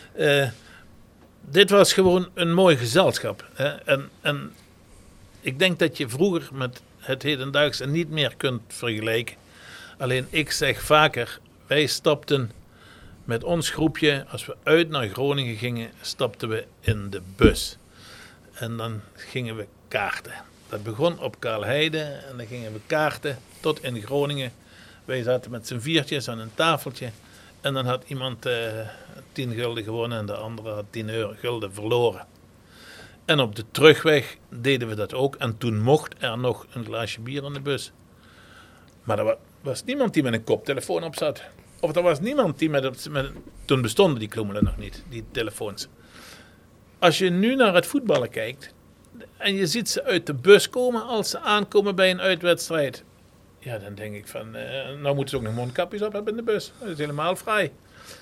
dit was gewoon een mooi gezelschap. Hè? En ik denk dat je vroeger met het hedendaagse niet meer kunt vergelijken. Alleen ik zeg vaker, wij stapten met ons groepje, als we uit naar Groningen gingen, stapten we in de bus. En dan gingen we kaarten. Dat begon op Kaalheide en dan gingen we kaarten tot in Groningen. Wij zaten met z'n viertjes aan een tafeltje. En dan had iemand 10 gulden gewonnen en de andere had 10 gulden verloren. En op de terugweg deden we dat ook. En toen mocht er nog een glaasje bier in de bus. Maar er was niemand die met een koptelefoon op zat. Of er was niemand die toen bestonden die kloemelen nog niet, die telefoons. Als je nu naar het voetballen kijkt en je ziet ze uit de bus komen als ze aankomen bij een uitwedstrijd. Ja, dan denk ik van, nou moeten ze ook nog mondkapjes op hebben in de bus. Dat is helemaal vrij.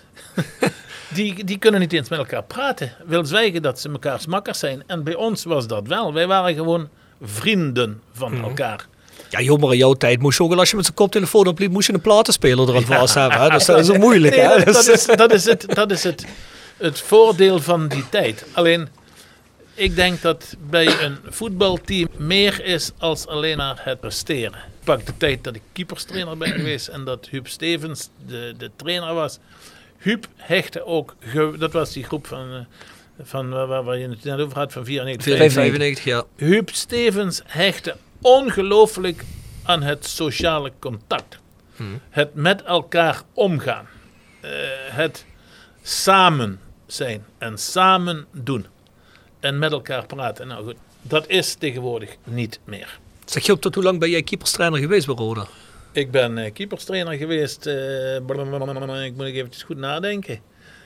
Die kunnen niet eens met elkaar praten. Wil zwijgen dat ze mekaars makkers zijn. En bij ons was dat wel. Wij waren gewoon vrienden van elkaar.
Ja, joh, maar in jouw tijd moest je ook, als je met zijn koptelefoon opliep, moest je een platenspeler eraan vast hebben. Hè? Dus dat is ook moeilijk.
Nee,
hè?
Dat is het voordeel van die tijd. Alleen, ik denk dat bij een voetbalteam meer is als alleen maar het presteren. Ik pak de tijd dat ik keeperstrainer ben geweest en dat Huub Stevens de trainer was. Huub hechtte ook, dat was die groep van waar je het net over had, van 94.
Ja.
Huub Stevens hechtte ongelooflijk aan het sociale contact. Het met elkaar omgaan. Het samen zijn en samen doen. En met elkaar praten. Nou goed, dat is tegenwoordig niet meer.
Zeg je op tot hoe lang ben jij keeperstrainer geweest bij Roda?
Ik ben keeperstrainer geweest. Ik moet eventjes goed nadenken.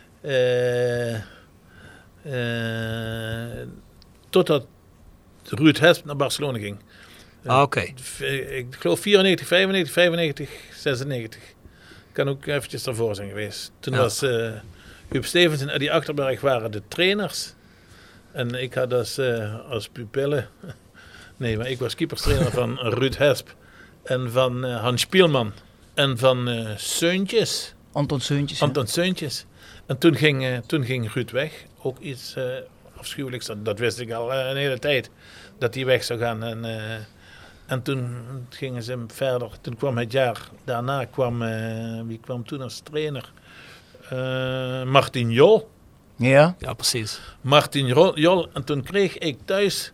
Totdat Ruud Hesp naar Barcelona ging.
Oké.
Ik geloof 94, 95, 95, 96. Kan ook eventjes daarvoor zijn geweest. Toen was Huub Stevens en Eddie Achterberg waren de trainers. En ik had als pupille... Nee, maar ik was keeperstrainer van Ruud Hesp. En van Hans Spielman. En van Seuntjes.
Anton Seuntjes.
Anton Seuntjes. En toen ging Ruud weg. Ook iets afschuwelijks. Dat wist ik al een hele tijd. Dat hij weg zou gaan. En toen gingen ze verder. Toen kwam het jaar daarna. Wie kwam toen als trainer? Martin Jol.
Ja,
precies.
Martin Jol. En toen kreeg ik thuis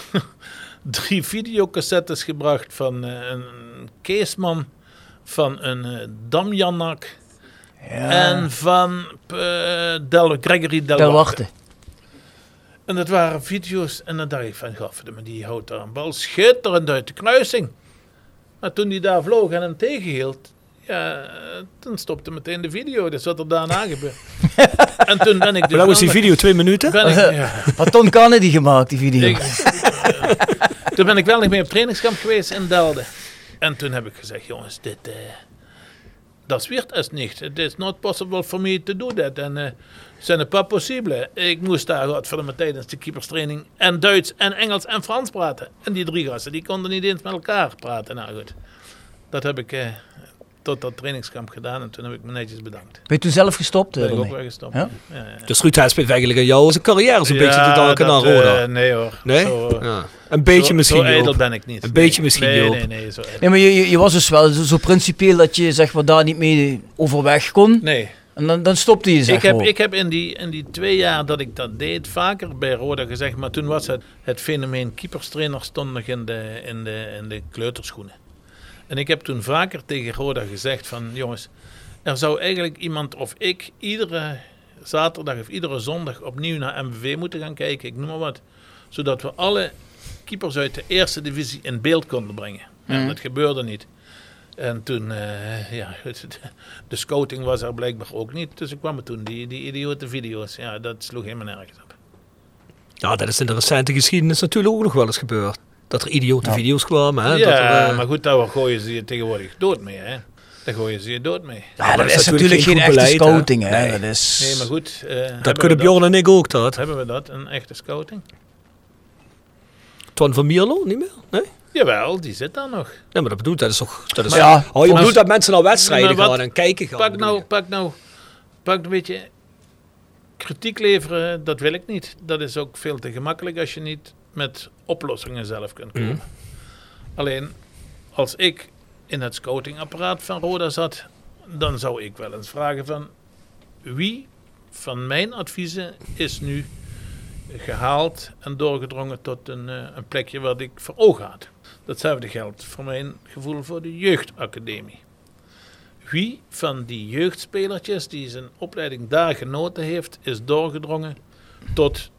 3 videocassettes gebracht van een Keesman, van een Damjanak en van Gregory Del Warte. En dat waren video's en dan dacht ik van, godverdomme, die houdt daar een bal schitterend uit de kruising. Maar toen die daar vloog en hem tegenhield, ja, toen stopte meteen de video. Dat is wat er daarna gebeurde. En toen ben ik dus...
Hoe lang was die video? 2 minuten?
Had Ton Kennedy gemaakt, die video.
Toen ben ik wel nog mee op trainingskamp geweest in Delden. En toen heb ik gezegd, jongens, dat wird es niet. It is not possible for me to do that. En ce n'est pas possible. Ik moest daar godverdomme tijdens de keeperstraining en Duits en Engels en Frans praten. En die 3 gasten, die konden niet eens met elkaar praten. Nou goed, dat heb ik tot dat trainingskamp gedaan en toen heb ik me netjes bedankt.
Ben je toen zelf gestopt?
Ben ik ook wel gestopt.
Ja?
Ja.
Dus Ruud Hesp heeft eigenlijk aan jou zijn carrière zo'n beetje te danken aan Roda.
Nee hoor.
Nee? Een beetje misschien
zo ijdel
ook.
ben ik niet.
Een beetje misschien ook.
Nee, zo ijdel.
Nee, maar je was dus wel zo principieel dat je zeg maar daar niet mee overweg kon.
Nee.
En dan stopte je zeg maar.
Ik heb in die 2 jaar dat ik dat deed vaker bij Roda gezegd, maar toen was het fenomeen keeperstrainer stond nog in de kleuterschoenen. En ik heb toen vaker tegen Roda gezegd van, jongens, er zou eigenlijk iemand of ik iedere zaterdag of iedere zondag opnieuw naar MVV moeten gaan kijken, ik noem maar wat. Zodat we alle keepers uit de eerste divisie in beeld konden brengen. Ja, dat gebeurde niet. En toen, de scouting was er blijkbaar ook niet. Dus ik kwamen toen die idiote video's. Ja, dat sloeg helemaal nergens op.
Ja, dat is in de recente geschiedenis natuurlijk ook nog wel eens gebeurd. Dat er idiote video's kwamen. Hè?
Ja, maar goed, daar gooien ze je tegenwoordig dood mee. Hè? Daar gooien ze je dood mee.
Ja, dat is natuurlijk geen echte beleid, scouting. Hè?
Nee.
Dat is...
Nee, maar goed.
Dat kunnen Bjorn en ik ook, dat.
Hebben we dat, een echte scouting?
Twan van Mierlo, niet meer? Nee?
Jawel, die zit daar nog.
Ja, maar dat bedoelt, dat is toch... Dat is,
ja,
je bedoelt dat mensen naar wedstrijden gaan en kijken gaan.
Pak een beetje kritiek leveren, dat wil ik niet. Dat is ook veel te gemakkelijk als je niet met oplossingen zelf kunt komen. Alleen, als ik in het scoutingapparaat van Roda zat, dan zou ik wel eens vragen van wie van mijn adviezen is nu gehaald en doorgedrongen tot een plekje wat ik voor ogen had. Datzelfde geldt voor mijn gevoel voor de jeugdacademie. Wie van die jeugdspelertjes die zijn opleiding daar genoten heeft, is doorgedrongen tot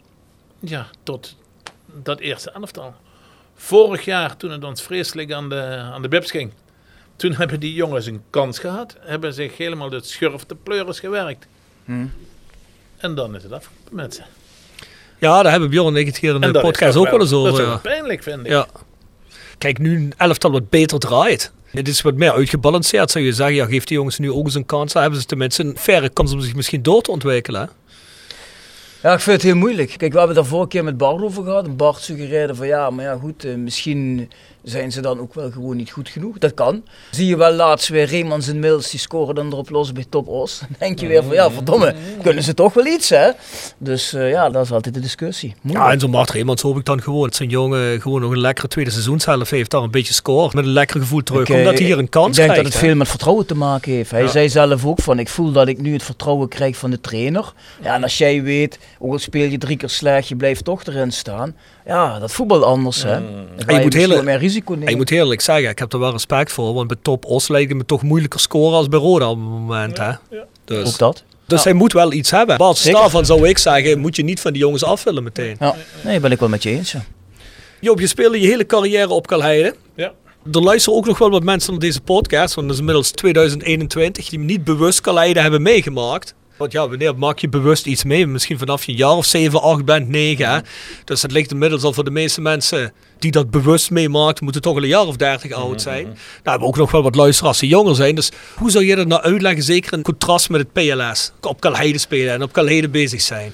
dat eerste elftal. Vorig jaar, toen het ons vreselijk aan de bips ging, toen hebben die jongens een kans gehad, hebben zich helemaal de schurf te pleuris gewerkt. En dan is het afgelopen met ze.
Ja, daar hebben Bjorn en ik het hier in de podcast ook wel eens over.
Dat is wel pijnlijk, vind ik.
Ja. Kijk, nu een elftal wat beter draait. Het is wat meer uitgebalanceerd, zou je zeggen. Ja, geeft die jongens nu ook eens een kans. Dan hebben ze tenminste een faire kans om zich misschien door te ontwikkelen. Hè?
Ja, ik vind het heel moeilijk. Kijk, we hebben het daar vorige keer met Bart over gehad. En Bart suggereerde van ja, maar ja goed, misschien zijn ze dan ook wel gewoon niet goed genoeg. Dat kan. Zie je wel laatst weer Reemans en Mills, die scoren dan erop los bij Top Os. Dan denk je weer van, ja verdomme, kunnen ze toch wel iets, hè? Dus dat is altijd de discussie. Moeilijk.
Ja, en zo'n Mart Reemans hoop ik dan gewoon dat zijn jongen gewoon nog een lekkere tweede seizoenshelft heeft, daar een beetje scoort, met een lekker gevoel terug, omdat hij hier een kans krijgt.
Ik denk dat het veel met vertrouwen te maken heeft. Hij zei zelf ook van, ik voel dat ik nu het vertrouwen krijg van de trainer. Ja, en als jij weet, ook al speel je 3 keer slecht, je blijft toch erin staan. Ja, dat voetbal anders, hè. Dan je moet meer risico nemen.
Ik moet eerlijk zeggen, ik heb er wel respect voor, want bij Top Os lijkt het me toch moeilijker scoren als bij Roda op het moment, hè. Dus.
Ook dat.
Dus hij moet wel iets hebben. Basis daarvan zou ik zeggen, moet je niet van die jongens afvullen meteen.
Ja, nee, ben ik wel met je eens, ja.
Joop, je speelde je hele carrière op Kalheide.
Ja.
Er luisteren ook nog wel wat mensen naar deze podcast, want het is inmiddels 2021, die niet bewust Kalheide hebben meegemaakt. Want ja, wanneer maak je bewust iets mee? Misschien vanaf je een jaar of 7, 8 bent, 9. Hè? Dus het ligt inmiddels al voor de meeste mensen die dat bewust meemaakt, moeten toch al een jaar of 30 oud zijn. Nou, we hebben ook nog wel wat luisteraars die jonger zijn. Dus hoe zou je dat nou uitleggen, zeker in contrast met het PLS? Op Kalheide spelen en op Kalheide bezig zijn.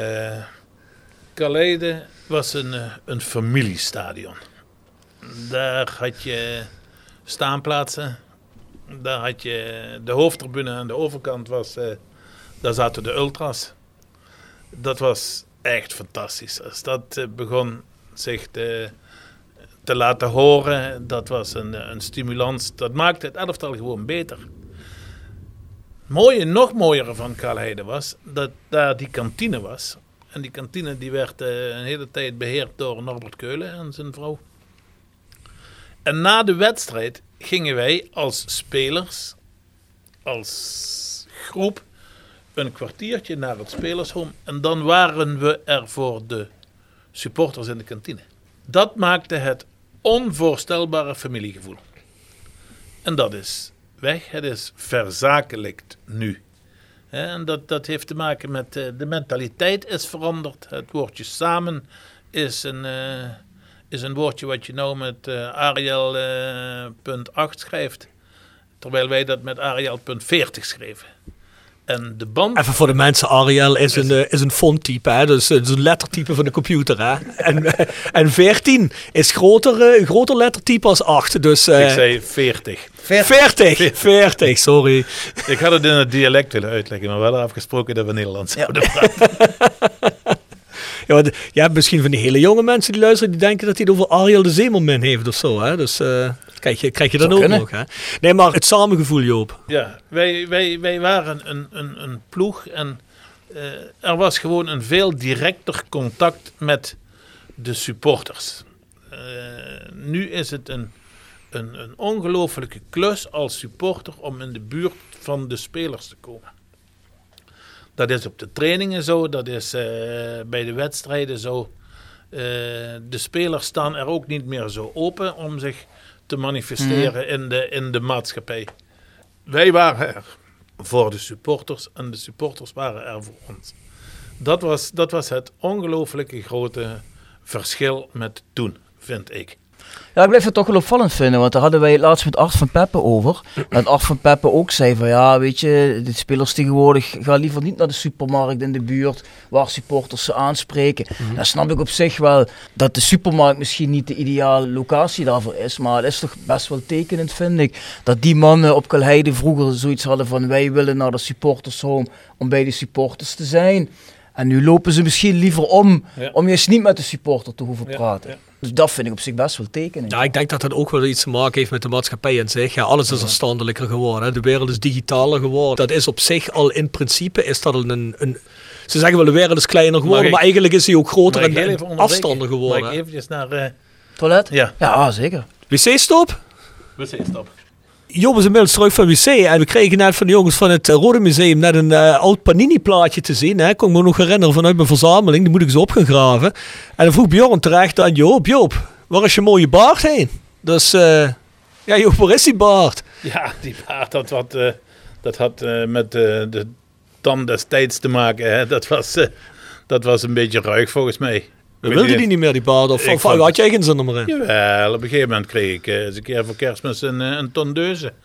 Kalheide was een familiestadion. Daar had je staanplaatsen. Daar had je de hoofdtribune aan de overkant was... Daar zaten de ultras. Dat was echt fantastisch. Als dat begon zich te laten horen, dat was een stimulans. Dat maakte het elftal gewoon beter. Nog mooier van Kalheide was dat daar die kantine was. En die kantine die werd een hele tijd beheerd door Norbert Keulen en zijn vrouw. En na de wedstrijd gingen wij als spelers, als groep, een kwartiertje naar het spelershome en dan waren we er voor de supporters in de kantine. Dat maakte het onvoorstelbare familiegevoel. En dat is weg. Het is verzakelijkt nu. En dat heeft te maken met de mentaliteit is veranderd. Het woordje samen is een woordje wat je nou met Ariel.8 schrijft. Terwijl wij dat met Ariel.40 schreven. En de band...
Even voor de mensen, Ariel is een fonttype, hè? Dus het is een lettertype van de computer. Hè? En 14 is een groter lettertype als 8. Dus,
ik zei 40.
40, sorry.
Ik had het in het dialect willen uitleggen, maar wel afgesproken dat we Nederlands zouden praten.
Ja, je hebt misschien van die hele jonge mensen die luisteren, die denken dat hij het over Ariel de Zeemermin heeft of zo. Hè? Dus krijg je dan ook nog. Hè? Nee, maar het samengevoel, Joop.
Ja, wij waren een ploeg en er was gewoon een veel directer contact met de supporters. Nu is het een ongelofelijke klus als supporter om in de buurt van de spelers te komen. Dat is op de trainingen zo, dat is bij de wedstrijden zo. De spelers staan er ook niet meer zo open om zich te manifesteren in de maatschappij. Wij waren er voor de supporters en de supporters waren er voor ons. Dat was het ongelooflijke grote verschil met toen, vind ik.
Ja, ik blijf het toch wel opvallend vinden, want daar hadden wij het laatst met Art van Peppe over. En Art van Peppe ook zei van ja, weet je, de spelers tegenwoordig gaan liever niet naar de supermarkt in de buurt waar supporters ze aanspreken. Dan snap ik op zich wel dat de supermarkt misschien niet de ideale locatie daarvoor is, maar het is toch best wel tekenend, vind ik, dat die mannen op Kalheide vroeger zoiets hadden van wij willen naar de supportershome om bij de supporters te zijn. En nu lopen ze misschien liever om juist niet met de supporter te hoeven praten. Ja. Dus dat vind ik op zich best wel tekenend.
Ja, ik denk dat dat ook wel iets te maken heeft met de maatschappij in zich. Ja, alles is afstandelijker geworden. Hè. De wereld is digitaler geworden. Dat is op zich al in principe, is dat een ze zeggen wel de wereld is kleiner geworden, maar eigenlijk is die ook groter en afstanden geworden.
Mag ik eventjes naar...
Toilet?
Ja,
zeker.
Wc-stop?
Wc-stop.
Job is inmiddels terug van wc en we kregen net van de jongens van het Rode Museum net een oud Panini-plaatje te zien. Hè. Kon ik me nog herinneren vanuit mijn verzameling, die moet ik eens op gaan graven. En dan vroeg Bjorn terecht aan Joop, waar is je mooie baard heen? Dus, Joop, waar is die baard?
Ja, die baard, dat had met de tand destijds te maken. Hè. Dat was een beetje ruig volgens mij.
We wilden die niet meer, die baard? Of had jij geen zin er maar in?
Jawel, op een gegeven moment kreeg ik eens een keer voor Kerstmis een tondeuze.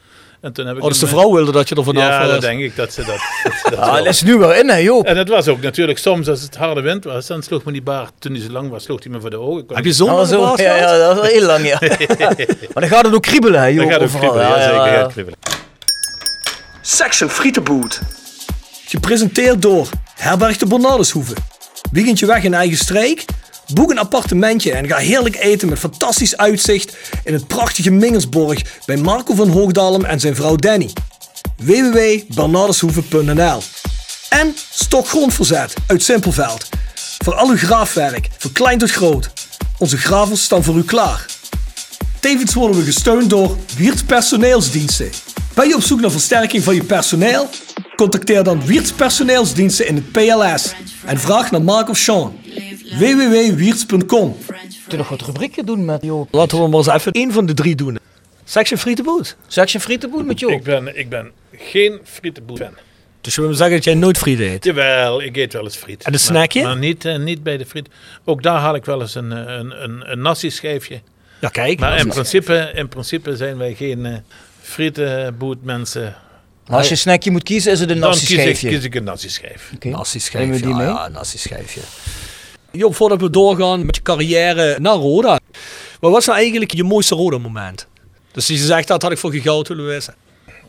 En toen heb ik
dus de vrouw wilde dat je er vanaf
Ja,
was.
dat denk ik dat ze dat
dat is nu wel in, hè, Joop.
En het was ook natuurlijk soms als het harde wind was, dan sloeg me die baard, toen hij zo lang was, sloeg hij me voor de ogen.
Heb je zo'n baard gehad?
Ja, dat is wel heel lang, ja. Maar dan gaat het ook kriebelen, hè, Joop.
Dan gaat het
overal.
kriebelen, ja, zeker gaat kriebelen.
Section Frietenboot. Gepresenteerd door Herberg de Bernardeshoeve. Weekendje weg in eigen streek? Boek een appartementje en ga heerlijk eten met fantastisch uitzicht in het prachtige Mingersborg bij Marco van Hoogdalem en zijn vrouw Danny. www.bernardeshoeve.nl. En Stokgrondverzet uit Simpelveld. Voor al uw graafwerk, van klein tot groot. Onze gravels staan voor u klaar. Tevens worden we gesteund door Wiertz Personeelsdiensten. Ben je op zoek naar versterking van je personeel? Contacteer dan Wiertz Personeelsdiensten in het PLS en vraag naar Mark of Sean. www.wiertz.com.
Kun je nog wat rubrieken doen met Joop?
Laten we maar eens even één van de 3 doen. Section Frietenboot.
Section Frietenboot met Joop.
Ik ben geen frietenboot fan.
Dus je wil me zeggen dat jij nooit frieten eet?
Jawel, ik eet wel eens friet.
En een snackje?
Maar niet bij de friet. Ook daar haal ik wel eens een nasi-schijfje.
Ja, kijk.
Maar in principe zijn wij geen frietenbootmensen.
Als je een snackje moet kiezen, is het een nasi-schijfje.
Dan kies ik een nasi-schijf.
Okay.
Nasi-schijfje,
Nemen we die mee?
ja, nasi-schijfje. Joop, voordat we doorgaan met je carrière naar Roda. Wat was nou eigenlijk je mooiste Roda moment? Dus je zegt dat had ik voor gegoud willen wissen.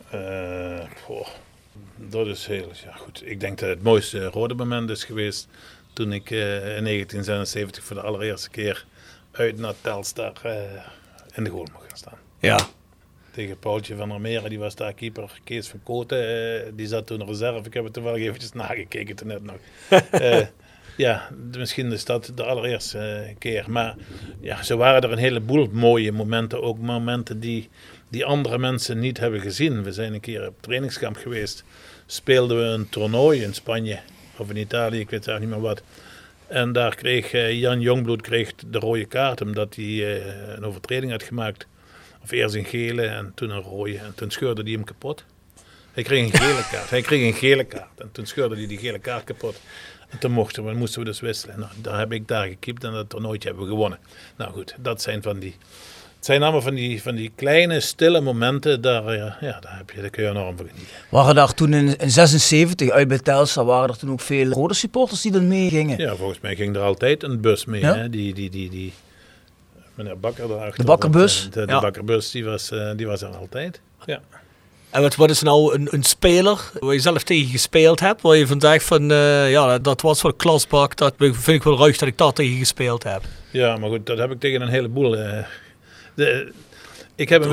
Dat is heel, ja goed. Ik denk dat het mooiste Roda moment is geweest toen ik in 1976 voor de allereerste keer uit naar Telstar in de goal mocht gaan staan.
Ja.
Tegen Paultje van der Meren, die was daar keeper. Kees van Koten, die zat toen in reserve. Ik heb het toevallig eventjes nagekeken toen net nog. Ja, misschien is dat de allereerste keer. Maar ja, zo waren er een heleboel mooie momenten. Ook momenten die andere mensen niet hebben gezien. We zijn een keer op trainingskamp geweest. Speelden we een toernooi in Spanje of in Italië, ik weet eigenlijk niet meer wat. En daar kreeg Jan Jongbloed de rode kaart omdat hij een overtreding had gemaakt. Of eerst een gele en toen een rode. En toen scheurde hij hem kapot. Hij kreeg een gele kaart. En toen scheurde hij die gele kaart kapot. En toen moesten we dus wisselen. Nou, daar heb ik daar gekiept en dat toernooitje hebben we gewonnen. Nou goed, dat zijn het zijn allemaal van die kleine, stille momenten. Daar kun je enorm van genieten.
Waren daar toen in 76 uit bij Telstar, waren er toen ook veel Roda supporters die dan meegingen?
Ja, volgens mij ging er altijd een bus mee.
Ja?
Hè? Die meneer Bakker daarachter.
De Bakkerbus?
De Bakkerbus, die was er altijd. Ja.
En wat is nou een speler waar je zelf tegen gespeeld hebt, waar je van zegt van, dat was wel klasbak, dat vind ik wel ruig dat ik daar tegen gespeeld heb.
Ja, maar goed, dat heb ik tegen een heleboel. Ik heb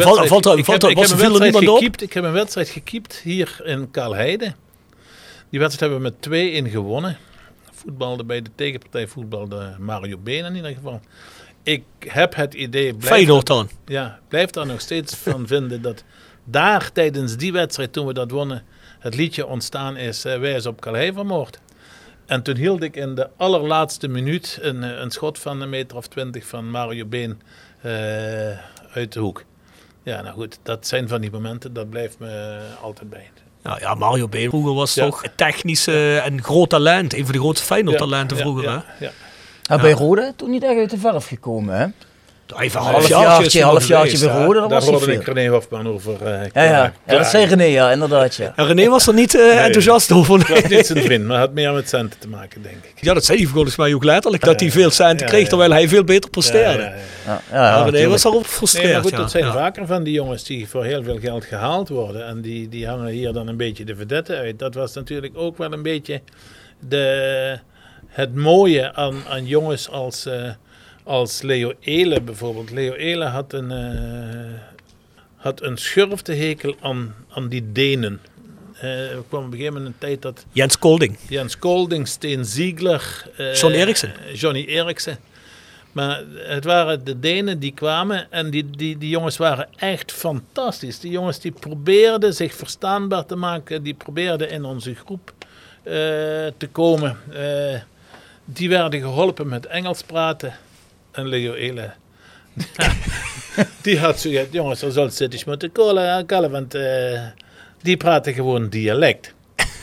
een wedstrijd gekiept hier in Kaalheide. Die wedstrijd hebben we met 2-1 gewonnen. Voetbalde bij de tegenpartij, voetbalde Mario Been in ieder geval. Ik heb het idee, blijf daar nog steeds van vinden dat daar tijdens die wedstrijd, toen we dat wonnen, het liedje ontstaan is, wij is op Calais vermoord. En toen hield ik in de allerlaatste minuut een schot van 1,20 meter van Mario Been uit de hoek. Ja, nou goed, dat zijn van die momenten, dat blijft me altijd bij.
Nou ja, Mario Been vroeger was toch technisch en groot talent. Een van de grootste Feyenoord-talenten vroeger.
Ja. Bij Roda toen niet echt uit de verf gekomen, hè?
Even
een halfjaartje bij Roda,
daar hoorde ik René Hofman over.
Dat zei René, inderdaad. Ja.
En René was er niet enthousiast over.
Dat was niet zijn vriend, maar had meer met centen te maken, denk ik.
Ja, dat zei hij volgens mij ook letterlijk, dat hij veel centen kreeg, terwijl hij veel beter presteerde. René was daarop gefrustreerd.
Nee, maar goed, dat zijn vaker van die jongens die voor heel veel geld gehaald worden en die hangen hier dan een beetje de vedette uit. Dat was natuurlijk ook wel een beetje het mooie aan jongens als Leo Ehle bijvoorbeeld. Leo Ehle had een schurftehekel aan die Denen. Er kwam op een gegeven moment een tijd dat Jens Kolding, Steen Ziegler, Johnny Eriksen. Maar het waren de Denen die kwamen en die jongens waren echt fantastisch. Die jongens die probeerden zich verstaanbaar te maken, die probeerden in onze groep te komen. Die werden geholpen met Engels praten. En Leo Ehle, die had zoiets, jongens, er zal zitten moeten kallen, want die praten gewoon dialect.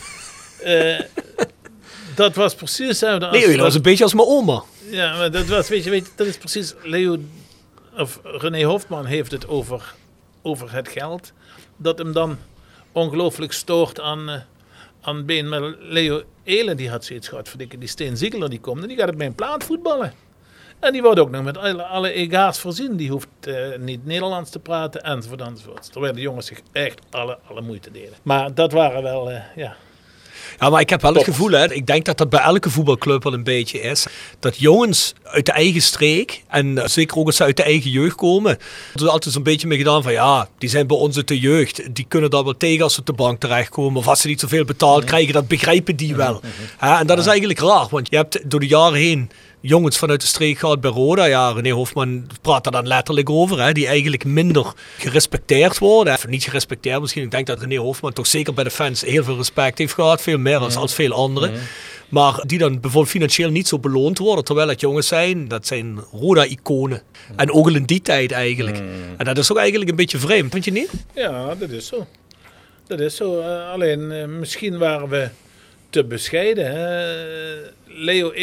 Dat was precies hetzelfde als...
Leo was een beetje als mijn oma.
Ja, maar dat was, weet je, dat is precies... René Hofman heeft het over over het geld, dat hem dan ongelooflijk stoort aan been. Maar Leo Elen, die had zoiets gehad, die Steen Ziegler die komt en die gaat op mijn plaat voetballen. En die wordt ook nog met alle ega's voorzien. Die hoeft niet Nederlands te praten, enzovoort. Terwijl de jongens zich echt alle moeite deden. Maar dat waren wel, ja...
Ja, maar ik heb wel het gevoel, hè, ik denk dat dat bij elke voetbalclub wel een beetje is. Dat jongens uit de eigen streek, en zeker ook als ze uit de eigen jeugd komen, er is altijd zo'n beetje mee gedaan van ja, die zijn bij ons uit de jeugd. Die kunnen daar wel tegen als ze op de bank terechtkomen. Of als ze niet zoveel betaald krijgen, dat begrijpen die wel. En dat is eigenlijk raar, want je hebt door de jaren heen jongens vanuit de streek gehad bij Roda. Ja, René Hofman praat daar dan letterlijk over. Hè, die eigenlijk minder gerespecteerd worden. Of niet gerespecteerd misschien. Ik denk dat René Hofman toch zeker bij de fans heel veel respect heeft gehad. Veel meer als veel anderen. Maar die dan bijvoorbeeld financieel niet zo beloond worden. Terwijl het jongens zijn, dat zijn Roda-iconen. En ook al in die tijd eigenlijk. En dat is ook eigenlijk een beetje vreemd, vind je niet?
Ja, dat is zo. Dat is zo. Alleen misschien waren we te bescheiden. Hè? Leo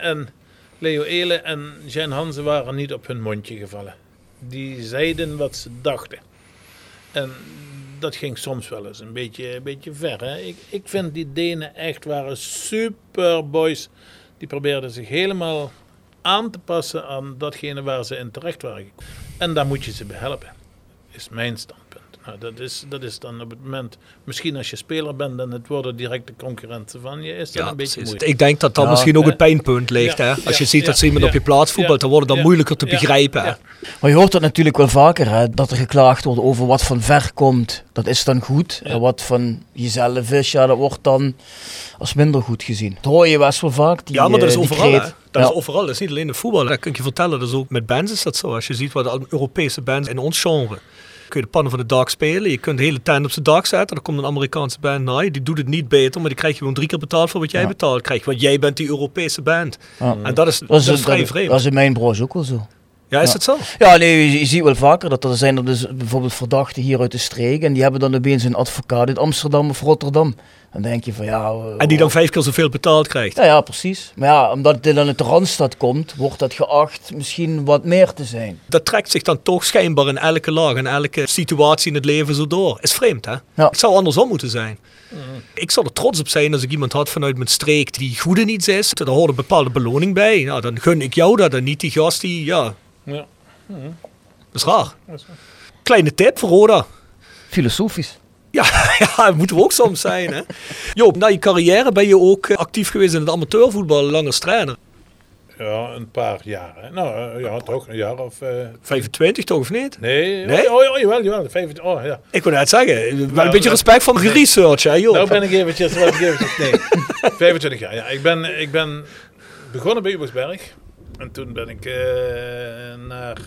Elen en Jan Hansen waren niet op hun mondje gevallen. Die zeiden wat ze dachten. En dat ging soms wel eens een beetje ver. Hè? Ik vind die Denen echt waren super boys. Die probeerden zich helemaal aan te passen aan datgene waar ze in terecht waren. En daar moet je ze bij helpen. Is mijn standpunt. Nou, dat is dan op het moment, misschien als je speler bent en het worden directe concurrenten van je, is dat een beetje moeilijk.
Ik denk dat dat misschien ook het pijnpunt ligt. Hè? Als je ziet dat ze iemand op je plaats voetbalt, dan wordt het dan moeilijker te begrijpen. Hè?
Maar je hoort dat natuurlijk wel vaker, hè? Dat er geklaagd wordt over wat van ver komt. Dat is dan goed. En wat van jezelf is, ja, dat wordt dan als minder goed gezien. Dat hoor je best wel vaak.
Maar dat is overal. Hè? Dat is overal. Dat is niet alleen in voetbal. Dat kan ik je vertellen. Dat is ook met bands is dat zo. Als je ziet wat de Europese bands in ons genre. Kun je de pannen van het dak spelen. Je kunt de hele tent op zijn dak zetten. Dan komt een Amerikaanse band naar je. Die doet het niet beter, maar die krijg je gewoon 3 keer betaald voor wat jij betaald krijgt. Want jij bent die Europese band. En dat is vrij vreemd.
Dat is in mijn branche ook wel zo.
Ja, is het zo?
Ja, nee, je ziet wel vaker dat er zijn dus bijvoorbeeld verdachten hier uit de streek. En die hebben dan opeens een advocaat uit Amsterdam of Rotterdam. Dan denk je van ja...
en die dan 5 keer zoveel betaald krijgt.
Ja, precies. Maar ja, omdat het dan uit de Randstad komt, wordt dat geacht misschien wat meer te zijn.
Dat trekt zich dan toch schijnbaar in elke laag, in elke situatie in het leven zo door. Is vreemd, hè? Ja. Het zou andersom moeten zijn. Ik zou er trots op zijn als ik iemand had vanuit mijn streek die goed in iets is. Daar hoort een bepaalde beloning bij. Nou, dan gun ik jou dat en niet die gast die... Ja. Dat is raar. Kleine tip voor Roda.
Filosofisch.
Ja, dat moeten we ook soms zijn. Hè? Joop, na je carrière ben je ook actief geweest in het amateurvoetbal, lang als trainer.
Ja, een paar jaar. Hè. Nou, ja, toch een jaar of...
25 toch, of niet?
Nee? Jawel. 25, ja.
Ik wil net zeggen, wel een beetje respect van geresearch, hè, Joop?
Nou ben ik eventjes, nee. 25 jaar, ja. Ik ben begonnen bij Ubersberg. En toen ben ik naar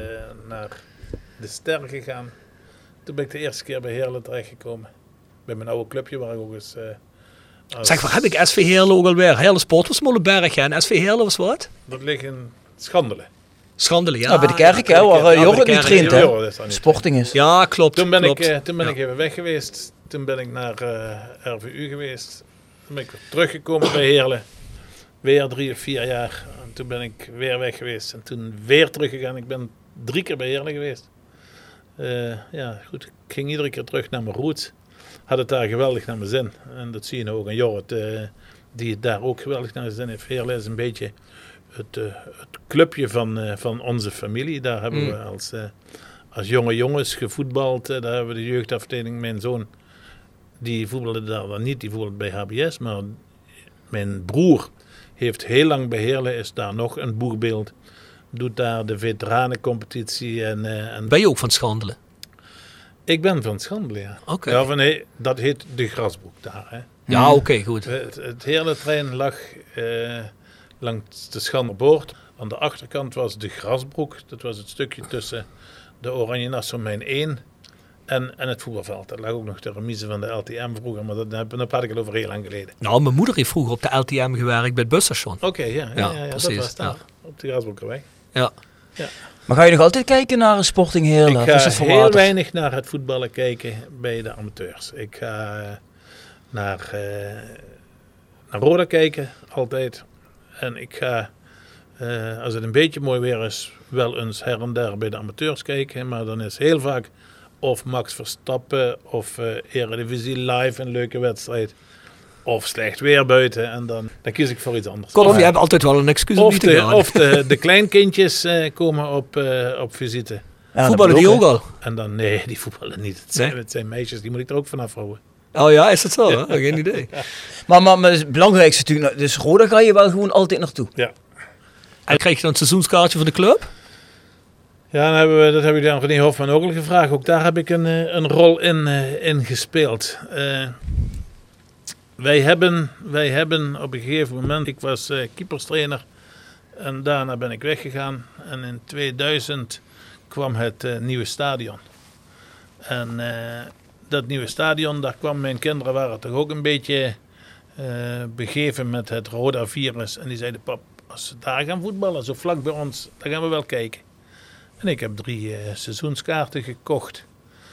de Ster gegaan. Toen ben ik de eerste keer bij Heerlen terechtgekomen. Bij mijn oude clubje waar ik ook eens...
Zeg, waar heb ik SV Heerlen ook alweer? Heerlen Sport was Molenberg en SV Heerlen was wat?
Dat ligt in Schandelen.
Schandelen, ja.
Nou, bij de kerk, hè, waar Jorrit nu traint, hè. Sporting is.
Ja, klopt.
Toen ben ik even weg geweest. Toen ben ik naar RVU geweest. Toen ben ik weer teruggekomen bij Heerlen. Weer 3 of 4 jaar. En toen ben ik weer weg geweest. En toen weer teruggegaan. Ik ben 3 keer bij Heerlen geweest. Ja, goed. Ik ging iedere keer terug naar mijn roots. Had het daar geweldig naar mijn zin. En dat zie je nou ook aan Jorrit, die het daar ook geweldig naar zijn zin heeft. Heerlen is een beetje het clubje van onze familie. Daar hebben we als jonge jongens gevoetbald. Daar hebben we de jeugdafdeling. Mijn zoon, die voetbalde daar dan niet. Die voetbalde bij HBS. Maar mijn broer heeft heel lang bij Heerlen. Is daar nog een boegbeeld. Doet daar de veteranencompetitie. En
ben je ook van Schandelen?
Ik ben van Schandelen, ja.
Okay.
Ja, nee, dat heet de Grasbroek daar. Hè.
Ja, oké, goed.
Het Heerlentrein lag langs de Schanderboord. Aan de achterkant was de Grasbroek. Dat was het stukje tussen de Oranje Nassau Mijn 1 en het voetbalveld. Dat lag ook nog de remise van de LTM vroeger, maar dat had ik het over heel lang geleden.
Nou, mijn moeder heeft vroeger op de LTM gewerkt bij het busstation.
Oké, ja,
precies.
Dat was daar, op de Grasbroekerweg.
Ja.
Maar ga je nog altijd kijken naar Sporting Heerlen?
Ik ga heel weinig naar het voetballen kijken bij de amateurs. Ik ga naar Roda kijken, altijd. En ik ga, als het een beetje mooi weer is, wel eens her en der bij de amateurs kijken. Maar dan is heel vaak of Max Verstappen of Eredivisie Live, een leuke wedstrijd. Of slecht weer buiten en dan kies ik voor iets anders.
Kortom, je hebt altijd wel een excuus om niet te gaan.
Of de kleinkindjes komen op visite.
Ja, voetballen die ook al?
En dan, nee, die voetballen niet. Het zijn meisjes, die moet ik er ook vanaf houden.
Oh ja, is dat zo? Hè? Geen idee.
Maar het belangrijkste natuurlijk, dus Roda ga je wel gewoon altijd naartoe.
Ja.
En krijg je dan een seizoenskaartje voor de club?
Ja, dat heb ik aan René Hofman ook al gevraagd. Ook daar heb ik een rol in gespeeld. Wij hebben op een gegeven moment, ik was keeperstrainer en daarna ben ik weggegaan. En in 2000 kwam het nieuwe stadion. En dat nieuwe stadion, daar kwamen mijn kinderen, waren toch ook een beetje begeven met het Roda-virus. En die zeiden, pap, als ze daar gaan voetballen, zo vlak bij ons, dan gaan we wel kijken. En ik heb 3 seizoenskaarten gekocht.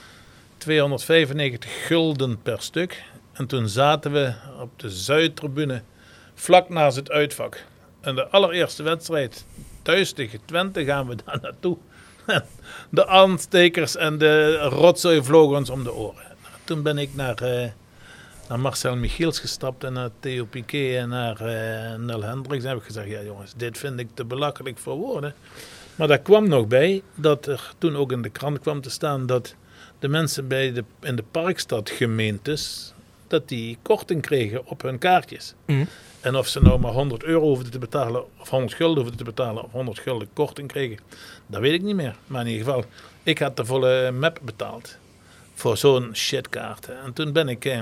295 gulden per stuk. En toen zaten we op de Zuidtribune, vlak naast het uitvak. En de allereerste wedstrijd, thuis tegen Twente, gaan we daar naartoe. De aanstekers en de rotzooi vlogen ons om de oren. Toen ben ik naar Marcel Michiels gestapt en naar Theo Piquet en naar Nel Hendricks. En heb ik gezegd, ja jongens, dit vind ik te belachelijk voor woorden. Maar daar kwam nog bij dat er toen ook in de krant kwam te staan dat de mensen in de Parkstad-gemeentes, dat die korting kregen op hun kaartjes. Mm. En of ze nou maar 100 euro hoefden te betalen, of 100 gulden hoefden te betalen, of 100 gulden korting kregen, dat weet ik niet meer. Maar in ieder geval, ik had de volle map betaald voor zo'n shitkaart. En toen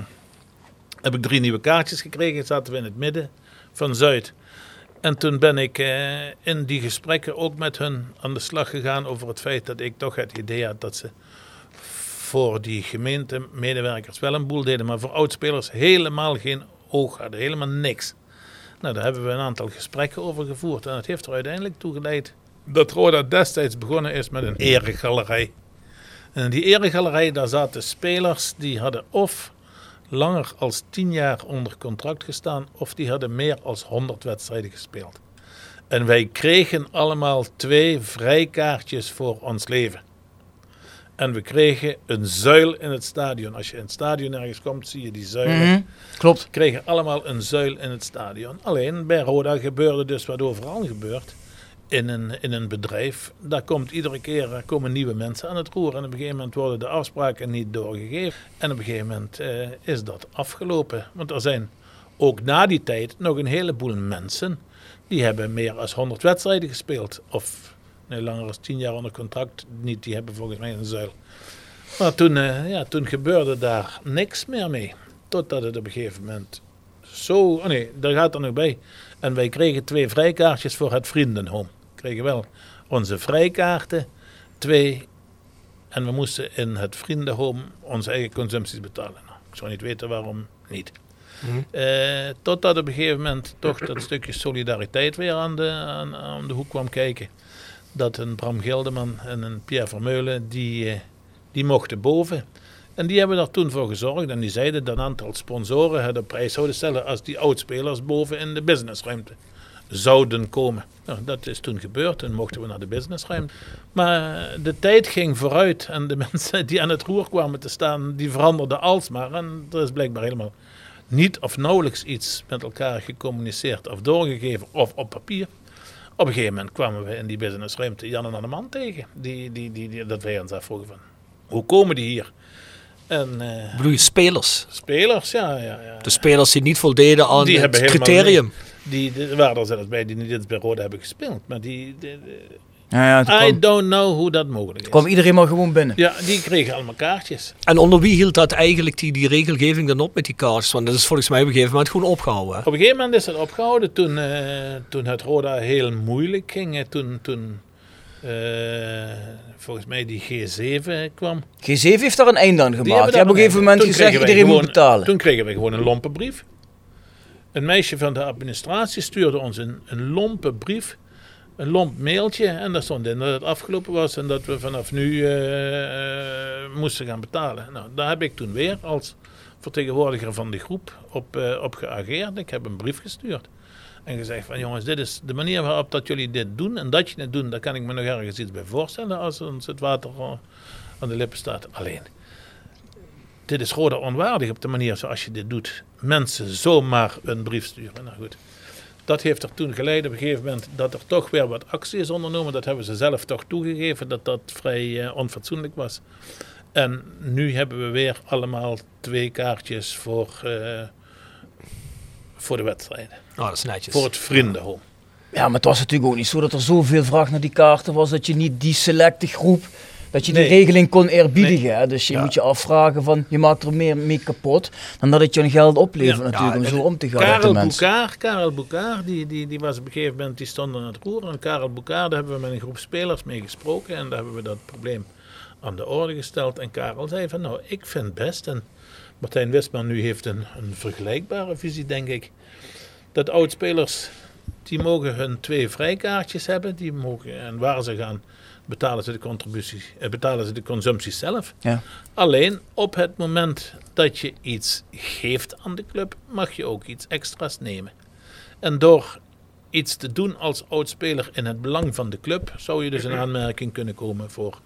heb ik 3 nieuwe kaartjes gekregen, zaten we in het midden van Zuid. En toen ben ik in die gesprekken ook met hun aan de slag gegaan over het feit dat ik toch het idee had dat ze voor die gemeentemedewerkers wel een boel deden, maar voor oudspelers helemaal geen oog hadden, helemaal niks. Nou, daar hebben we een aantal gesprekken over gevoerd en het heeft er uiteindelijk toe geleid dat Roda destijds begonnen is met een eregalerij. En in die eregalerij, daar zaten spelers die hadden of langer als 10 jaar onder contract gestaan, of die hadden meer als 100 wedstrijden gespeeld. En wij kregen allemaal 2 vrijkaartjes voor ons leven. En we kregen een zuil in het stadion. Als je in het stadion ergens komt, zie je die zuilen.
Mm-hmm. Klopt.
We kregen allemaal een zuil in het stadion. Alleen bij Roda gebeurde dus wat overal gebeurt. In een bedrijf, daar komt iedere keer komen nieuwe mensen aan het roer. En op een gegeven moment worden de afspraken niet doorgegeven. En op een gegeven moment is dat afgelopen. Want er zijn ook na die tijd nog een heleboel mensen die hebben meer dan 100 wedstrijden gespeeld. Of nee, langer dan 10 jaar onder contract niet. Die hebben volgens mij een zuil. Maar toen gebeurde daar niks meer mee. Totdat het op een gegeven moment zo... Oh nee, daar gaat er nog bij. En wij kregen 2 vrijkaartjes voor het vriendenhome. We kregen wel onze vrijkaarten, 2. En we moesten in het vriendenhome onze eigen consumpties betalen. Nou, ik zou niet weten waarom niet. Mm-hmm. Totdat op een gegeven moment toch dat stukje solidariteit weer aan de hoek kwam kijken. Dat een Bram Gelderman en een Pierre Vermeulen, die mochten boven. En die hebben daar toen voor gezorgd. En die zeiden dat een aantal sponsoren het op prijs zouden stellen als die oudspelers boven in de businessruimte zouden komen. Nou, dat is toen gebeurd. Toen mochten we naar de businessruimte. Maar de tijd ging vooruit. En de mensen die aan het roer kwamen te staan, die veranderden alsmaar. En er is blijkbaar helemaal niet of nauwelijks iets met elkaar gecommuniceerd of doorgegeven of op papier. Op een gegeven moment kwamen we in die businessruimte Jan en Anneman tegen. Dat wij ons afvroegen van, hoe komen die hier? En,
bedoel je spelers?
Spelers, ja.
De spelers die niet voldeden aan die het criterium.
Er waren er zelfs bij die niet eens bij Roda hebben gespeeld. Maar
I
don't know hoe dat mogelijk is.
Kwam iedereen maar gewoon binnen.
Ja, die kregen allemaal kaartjes.
En onder wie hield dat eigenlijk die regelgeving dan op met die kaartjes? Want dat is volgens mij op een gegeven moment gewoon opgehouden. Hè?
Op een gegeven moment is het opgehouden toen het Roda heel moeilijk ging. Toen volgens mij die G7 kwam.
G7 heeft daar een eind aan gemaakt. Die hebben op een gegeven moment gezegd iedereen moet betalen.
Toen kregen we gewoon een lompe brief. Een meisje van de administratie stuurde ons een lompe brief. Een lomp mailtje. En daar stond in dat het afgelopen was. En dat we vanaf nu moesten gaan betalen. Nou, daar heb ik toen weer als vertegenwoordiger van de groep op geageerd. Ik heb een brief gestuurd. En gezegd van jongens, dit is de manier waarop dat jullie dit doen. En dat je het doen, daar kan ik me nog ergens iets bij voorstellen als ons het water aan de lippen staat. Alleen, dit is Roda onwaardig op de manier zoals je dit doet. Mensen zomaar een brief sturen. Nou goed, dat heeft er toen geleid op een gegeven moment dat er toch weer wat actie is ondernomen. Dat hebben ze zelf toch toegegeven dat dat vrij onfatsoenlijk was. En nu hebben we weer allemaal 2 kaartjes voor de wedstrijden.
Dat is netjes.
Voor het vriendenhome.
Ja, maar het was natuurlijk ook niet zo dat er zoveel vraag naar die kaarten was dat je niet die selecte groep, dat je die regeling kon eerbiedigen. Hè? Dus je moet je afvragen van, je maakt er meer mee kapot dan dat het je een geld oplevert natuurlijk om zo om te gaan.
Karel Boucard, die was op een gegeven moment, die stond aan het roer. En Karel Boucard, daar hebben we met een groep spelers mee gesproken en daar hebben we dat probleem aan de orde gesteld. En Karel zei van, nou, ik vind best, en Martijn Wisman nu heeft een vergelijkbare visie, denk ik, dat oudspelers, die mogen hun 2 vrijkaartjes hebben, die mogen, en waar ze gaan, betalen ze de consumptie zelf. Ja. Alleen op het moment dat je iets geeft aan de club, mag je ook iets extra's nemen. En door iets te doen als oudspeler in het belang van de club, zou je dus in aanmerking kunnen komen voor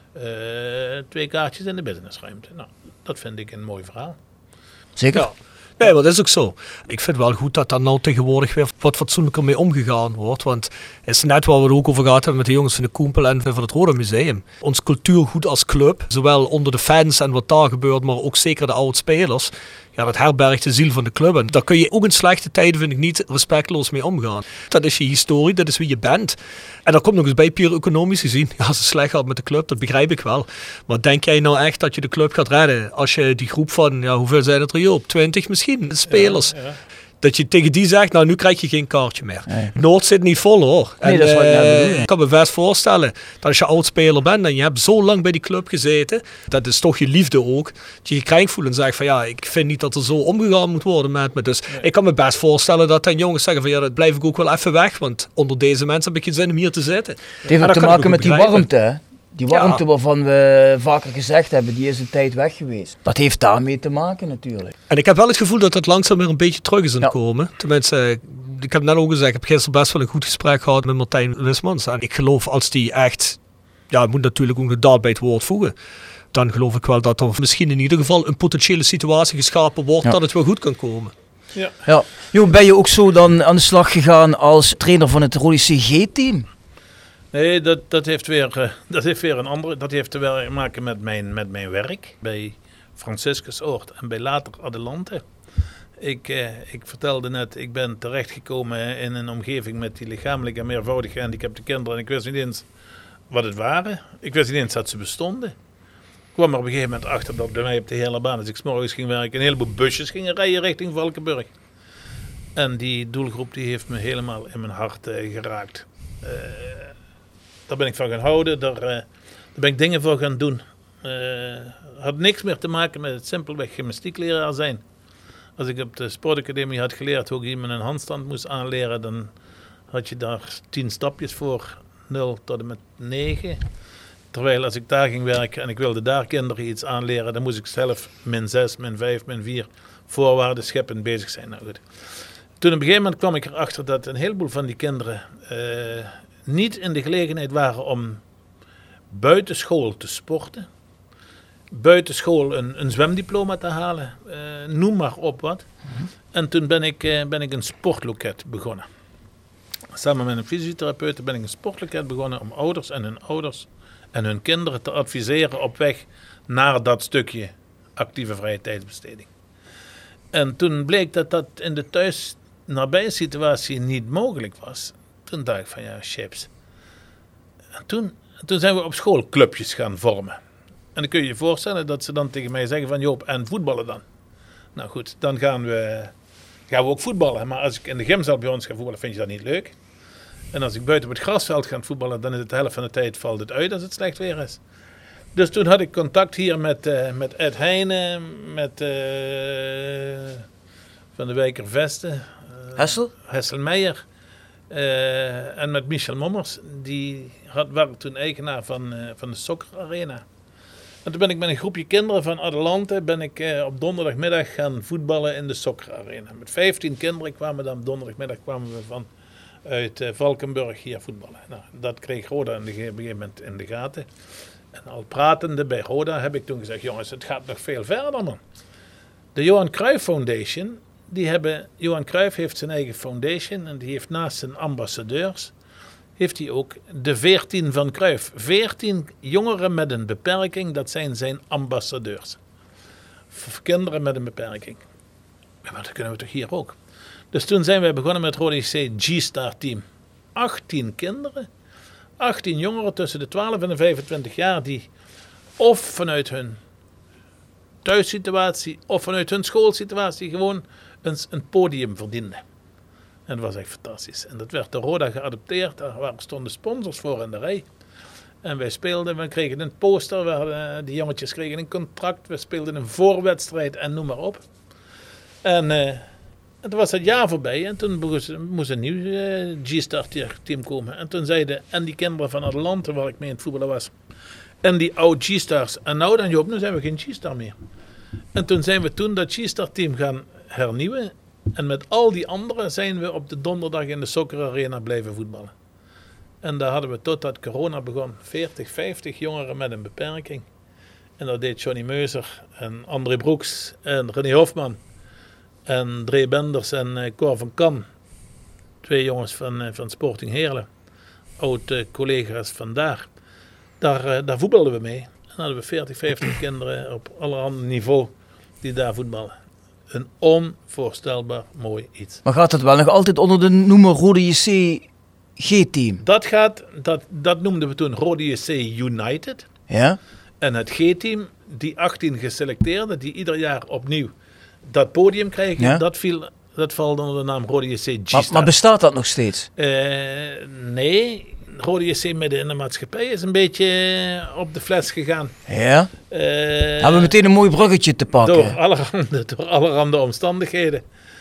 2 kaartjes in de businessruimte. Nou, dat vind ik een mooi verhaal.
Zeker.
Ja. Nee, maar dat is ook zo. Ik vind wel goed dat daar nou tegenwoordig weer wat fatsoenlijker mee omgegaan wordt. Want het is net waar we het ook over gehad hebben met de jongens van de Koempel en van het Roda Museum. Ons cultuurgoed als club, zowel onder de fans en wat daar gebeurt, maar ook zeker de oude spelers. Ja, dat herbergt de ziel van de club. En daar kun je ook in slechte tijden, vind ik, niet respectloos mee omgaan. Dat is je historie, dat is wie je bent. En daar komt nog eens bij, puur economisch gezien. Ja, als het slecht gaat met de club, dat begrijp ik wel. Maar denk jij nou echt dat je de club gaat redden als je die groep van, ja, hoeveel zijn het er hier op? 20 misschien, spelers. Ja. Dat je tegen die zegt, nou, nu krijg je geen kaartje meer. Nee. Noord zit niet vol, hoor.
Nee, dat is wat ik net bedoel.
Ik kan me best voorstellen dat als je oudspeler bent en je hebt zo lang bij die club gezeten, dat is toch je liefde ook, dat je je krijg voelt en zegt van, ja, ik vind niet dat er zo omgegaan moet worden met me. Dus ik kan me best voorstellen dat dan jongens zeggen van, ja, dat blijf ik ook wel even weg, want onder deze mensen heb ik geen zin om hier te zitten.
Het heeft ook te maken met die warmte, hè? Die warmte waarvan we vaker gezegd hebben, die is een tijd weg geweest. Dat heeft daarmee te maken natuurlijk.
En ik heb wel het gevoel dat het langzaam weer een beetje terug is aan het komen. Tenminste, ik heb net ook gezegd, ik heb gisteren best wel een goed gesprek gehad met Martijn Wismans. En ik geloof als die echt, ja, moet natuurlijk ook de daad bij het woord voegen. Dan geloof ik wel dat er misschien in ieder geval een potentiële situatie geschapen wordt dat het wel goed kan komen.
Ja. Jo, ben je ook zo dan aan de slag gegaan als trainer van het Rode CG-team?
Nee, dat heeft weer een andere. Dat heeft te maken met mijn werk bij Franciscus Oort en bij later Adelante. Ik vertelde net, ik ben terechtgekomen in een omgeving met die lichamelijk en meervoudig gehandicapte kinderen. En ik wist niet eens wat het waren. Ik wist niet eens dat ze bestonden. Ik kwam er op een gegeven moment achter dat bij mij op de hele baan, als ik 's morgens ging werken, een heleboel busjes gingen rijden richting Valkenburg. En die doelgroep die heeft me helemaal in mijn hart geraakt. Daar ben ik van gaan houden, daar ben ik dingen voor gaan doen. Had niks meer te maken met het simpelweg gymnastiekleraar zijn. Als ik op de sportacademie had geleerd hoe ik iemand een handstand moest aanleren, dan had je daar 10 stapjes voor, 0 tot en met 9. Terwijl als ik daar ging werken en ik wilde daar kinderen iets aanleren, dan moest ik zelf -6, -5, -4 voorwaarden scheppend bezig zijn. Nou goed. Toen op een gegeven moment kwam ik erachter dat een heleboel van die kinderen niet in de gelegenheid waren om buitenschool te sporten, buitenschool een zwemdiploma te halen, noem maar op wat. En toen ben ik een sportloket begonnen. Samen met een fysiotherapeut ben ik een sportloket begonnen om ouders en hun kinderen te adviseren op weg naar dat stukje actieve vrije tijdsbesteding. En toen bleek dat in de thuis-nabije situatie niet mogelijk was. Toen dacht ik van ja, chips. En toen zijn we op school clubjes gaan vormen. En dan kun je je voorstellen dat ze dan tegen mij zeggen van Joop, en voetballen dan? Nou goed, dan gaan we ook voetballen. Maar als ik in de gymzaal bij ons ga voetballen, vind je dat niet leuk. En als ik buiten op het grasveld ga voetballen, dan is het de helft van de tijd valt het uit als het slecht weer is. Dus toen had ik contact hier met Ed Heijnen, met Van de Wijker Vesten, Hessel Meijer en met Michel Mommers. Die waren toen eigenaar van de Soccer Arena. En toen ben ik met een groepje kinderen van Adelante op donderdagmiddag gaan voetballen in de Soccer Arena. Met 15 kinderen kwamen dan op donderdagmiddag uit Valkenburg hier voetballen. Nou, dat kreeg Roda op een gegeven moment in de gaten. En al pratende bij Roda heb ik toen gezegd, jongens, het gaat nog veel verder, man. De Johan Cruijff Foundation, Johan Cruijff heeft zijn eigen foundation en die heeft naast zijn ambassadeurs, heeft hij ook de 14 van Cruijff. 14 jongeren met een beperking, dat zijn zijn ambassadeurs. Voor kinderen met een beperking. Maar dat kunnen we toch hier ook. Dus toen zijn wij begonnen met Roda JC G-Star Team. 18 kinderen, 18 jongeren tussen de 12 en de 25 jaar die of vanuit hun thuissituatie of vanuit hun schoolsituatie gewoon een podium verdienden. En dat was echt fantastisch. En dat werd door Roda geadopteerd. Daar stonden sponsors voor in de rij. En wij speelden, we kregen een poster, die jongetjes kregen een contract. We speelden een voorwedstrijd en noem maar op. En toen was het jaar voorbij en toen moest een nieuw G-Star team komen. En toen zeiden, en die kinderen van Adelante, waar ik mee in het voetballen was, en die oude G-Stars, en nou dan Joop, nu zijn we geen G-Star meer. En toen zijn we dat G-Star team gaan hernieuwen. En met al die anderen zijn we op de donderdag in de Soccer Arena blijven voetballen. En daar hadden we totdat corona begon 40, 50 jongeren met een beperking. En dat deed Johnny Meuser en André Broeks en René Hofman en Dre Benders en Cor van Kan. 2 jongens van Sporting Heerlen, oud-collega's vandaar. Daar voetbalden we mee. En dan hadden we 40, 50 kinderen op allerhande niveau die daar voetballen. Een onvoorstelbaar mooi iets.
Maar gaat het wel nog altijd onder de noemer Roda JC G-team?
Dat noemden we toen Roda JC United.
Ja?
En het G-team, die 18 geselecteerden, die ieder jaar opnieuw dat podium krijgen,
ja?
dat valt onder de naam Roda JC G-Star.
Maar bestaat dat nog steeds?
Nee. Roda JC midden in de maatschappij is een beetje op de fles gegaan.
Ja? Hebben we meteen een mooi bruggetje te pakken.
Door allerhande omstandigheden.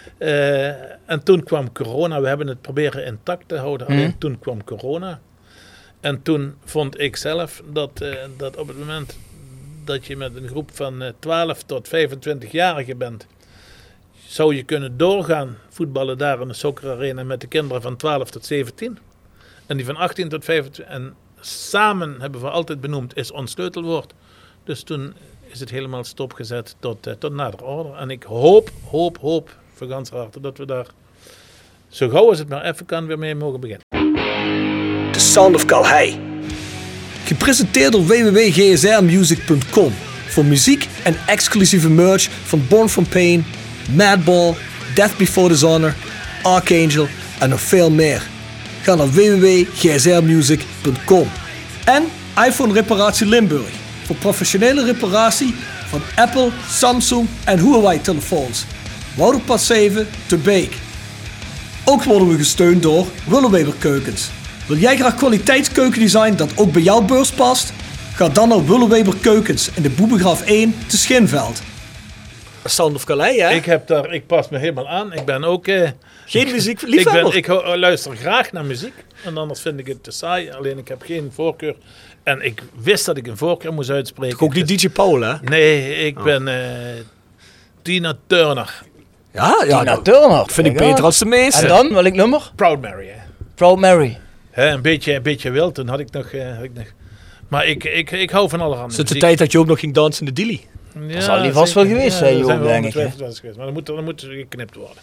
En toen kwam corona. We hebben het proberen intact te houden. Alleen toen kwam corona. En toen vond ik zelf dat op het moment dat je met een groep van 12 tot 25-jarigen bent, zou je kunnen doorgaan voetballen daar in de Soccer Arena met de kinderen van 12 tot 17. En die van 18 tot 25. En samen hebben we altijd benoemd, is ons sleutelwoord. Dus toen is het helemaal stopgezet tot nader orde. En ik hoop van ganser harte dat we daar zo gauw als het maar even kan weer mee mogen beginnen.
The Sound of Calhei. Gepresenteerd door www.gsrmusic.com. Voor muziek en exclusieve merch van Born From Pain, Madball, Death Before Dishonor, Archangel en nog veel meer. Ga naar www.gsrmusic.com. En iPhone Reparatie Limburg. Voor professionele reparatie van Apple, Samsung en Huawei telefoons. Wouderpad 7 te Beek. Ook worden we gesteund door Willeweber Keukens. Wil jij graag kwaliteitskeukendesign dat ook bij jouw beurs past? Ga dan naar Willeweber Keukens in de Boebegraaf 1 te Schinveld.
Sound of Calais, hè?
Ik pas me helemaal aan. Ik ben ook...
geen muziekliefhebber?
Ik luister graag naar muziek. En anders vind ik het te saai. Alleen ik heb geen voorkeur. En ik wist dat ik een voorkeur moest uitspreken.
Ook niet DJ Paul, hè?
Nee, ik ben Tina Turner.
Ja,
Tina Turner.
Vind ik beter als de meeste.
En dan, welk nummer?
Proud Mary, hè?
Proud Mary.
Een beetje wild, toen had ik nog... Maar ik hou van allerhande
muziek. De tijd dat je ook nog ging dansen in de Dilly.
Ja, dat zal die vast wel geweest zijn, joh, denk ik.
Maar dan moet geknipt worden.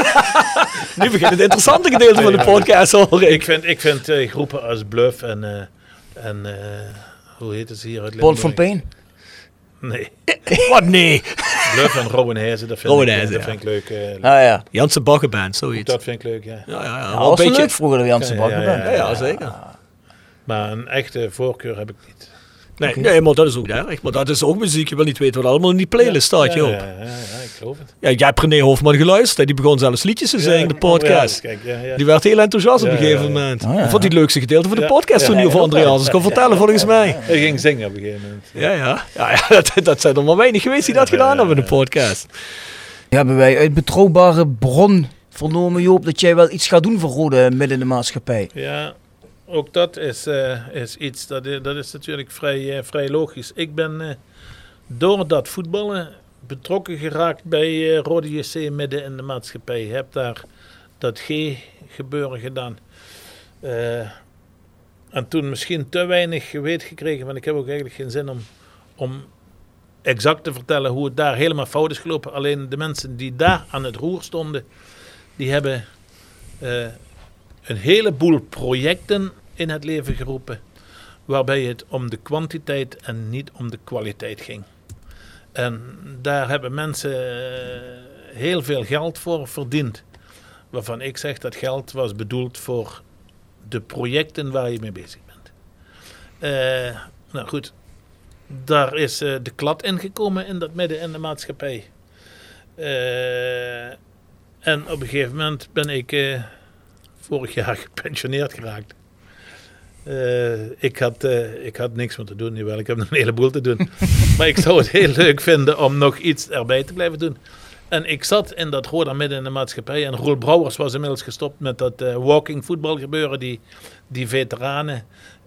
Nu begint het interessante gedeelte van de podcast, hoor ik.
Ik vind groepen als Bluff en hoe heet het hier uit
Born From Pain?
Nee.
Wat nee?
Bluff en Rowenhezen, dat vind ik leuk.
Ja.
Janse Baggerband, zoiets.
Dat vind ik leuk, ja.
Ja, dat was leuk vroeger, de Janse Baggerband.
Ja, zeker.
Maar een echte voorkeur heb ik niet.
Nee, maar dat is ook erg. Maar dat is ook muziek. Je wil niet weten wat allemaal in die playlist staat, joh.
Ja, ik geloof het.
Ja, jij hebt René Hofman geluisterd. Die begon zelfs liedjes te zingen in de podcast. Die werd heel enthousiast op een gegeven moment. Ik vond hij het leukste gedeelte van de podcast toen hij over Andreas kon vertellen, volgens mij.
Hij ging zingen op een gegeven moment.
Ja, dat zijn er maar weinig geweest die dat gedaan hebben in de podcast.
Hebben wij uit betrouwbare bron vernomen, Joop, dat jij wel iets gaat doen voor Roda midden in de maatschappij?
Ja. Ook dat is iets, dat is natuurlijk vrij logisch. Ik ben door dat voetballen betrokken geraakt bij Roda JC midden in de maatschappij. Ik heb daar dat G-gebeuren gedaan. En toen misschien te weinig weet gekregen, want ik heb ook eigenlijk geen zin om exact te vertellen hoe het daar helemaal fout is gelopen. Alleen de mensen die daar aan het roer stonden, die hebben een heleboel projecten in het leven geroepen, waarbij het om de kwantiteit en niet om de kwaliteit ging. En daar hebben mensen heel veel geld voor verdiend, waarvan ik zeg dat geld was bedoeld voor de projecten waar je mee bezig bent. Nou goed, daar is de klad ingekomen in dat midden in de maatschappij. En op een gegeven moment ben ik vorig jaar gepensioneerd geraakt. Ik had niks meer te doen, jawel, ik heb nog een heleboel te doen. Maar ik zou het heel leuk vinden om nog iets erbij te blijven doen. En ik zat in dat Roda midden in de maatschappij. En Roel Brouwers was inmiddels gestopt met dat walking voetbal gebeuren. Die veteranen.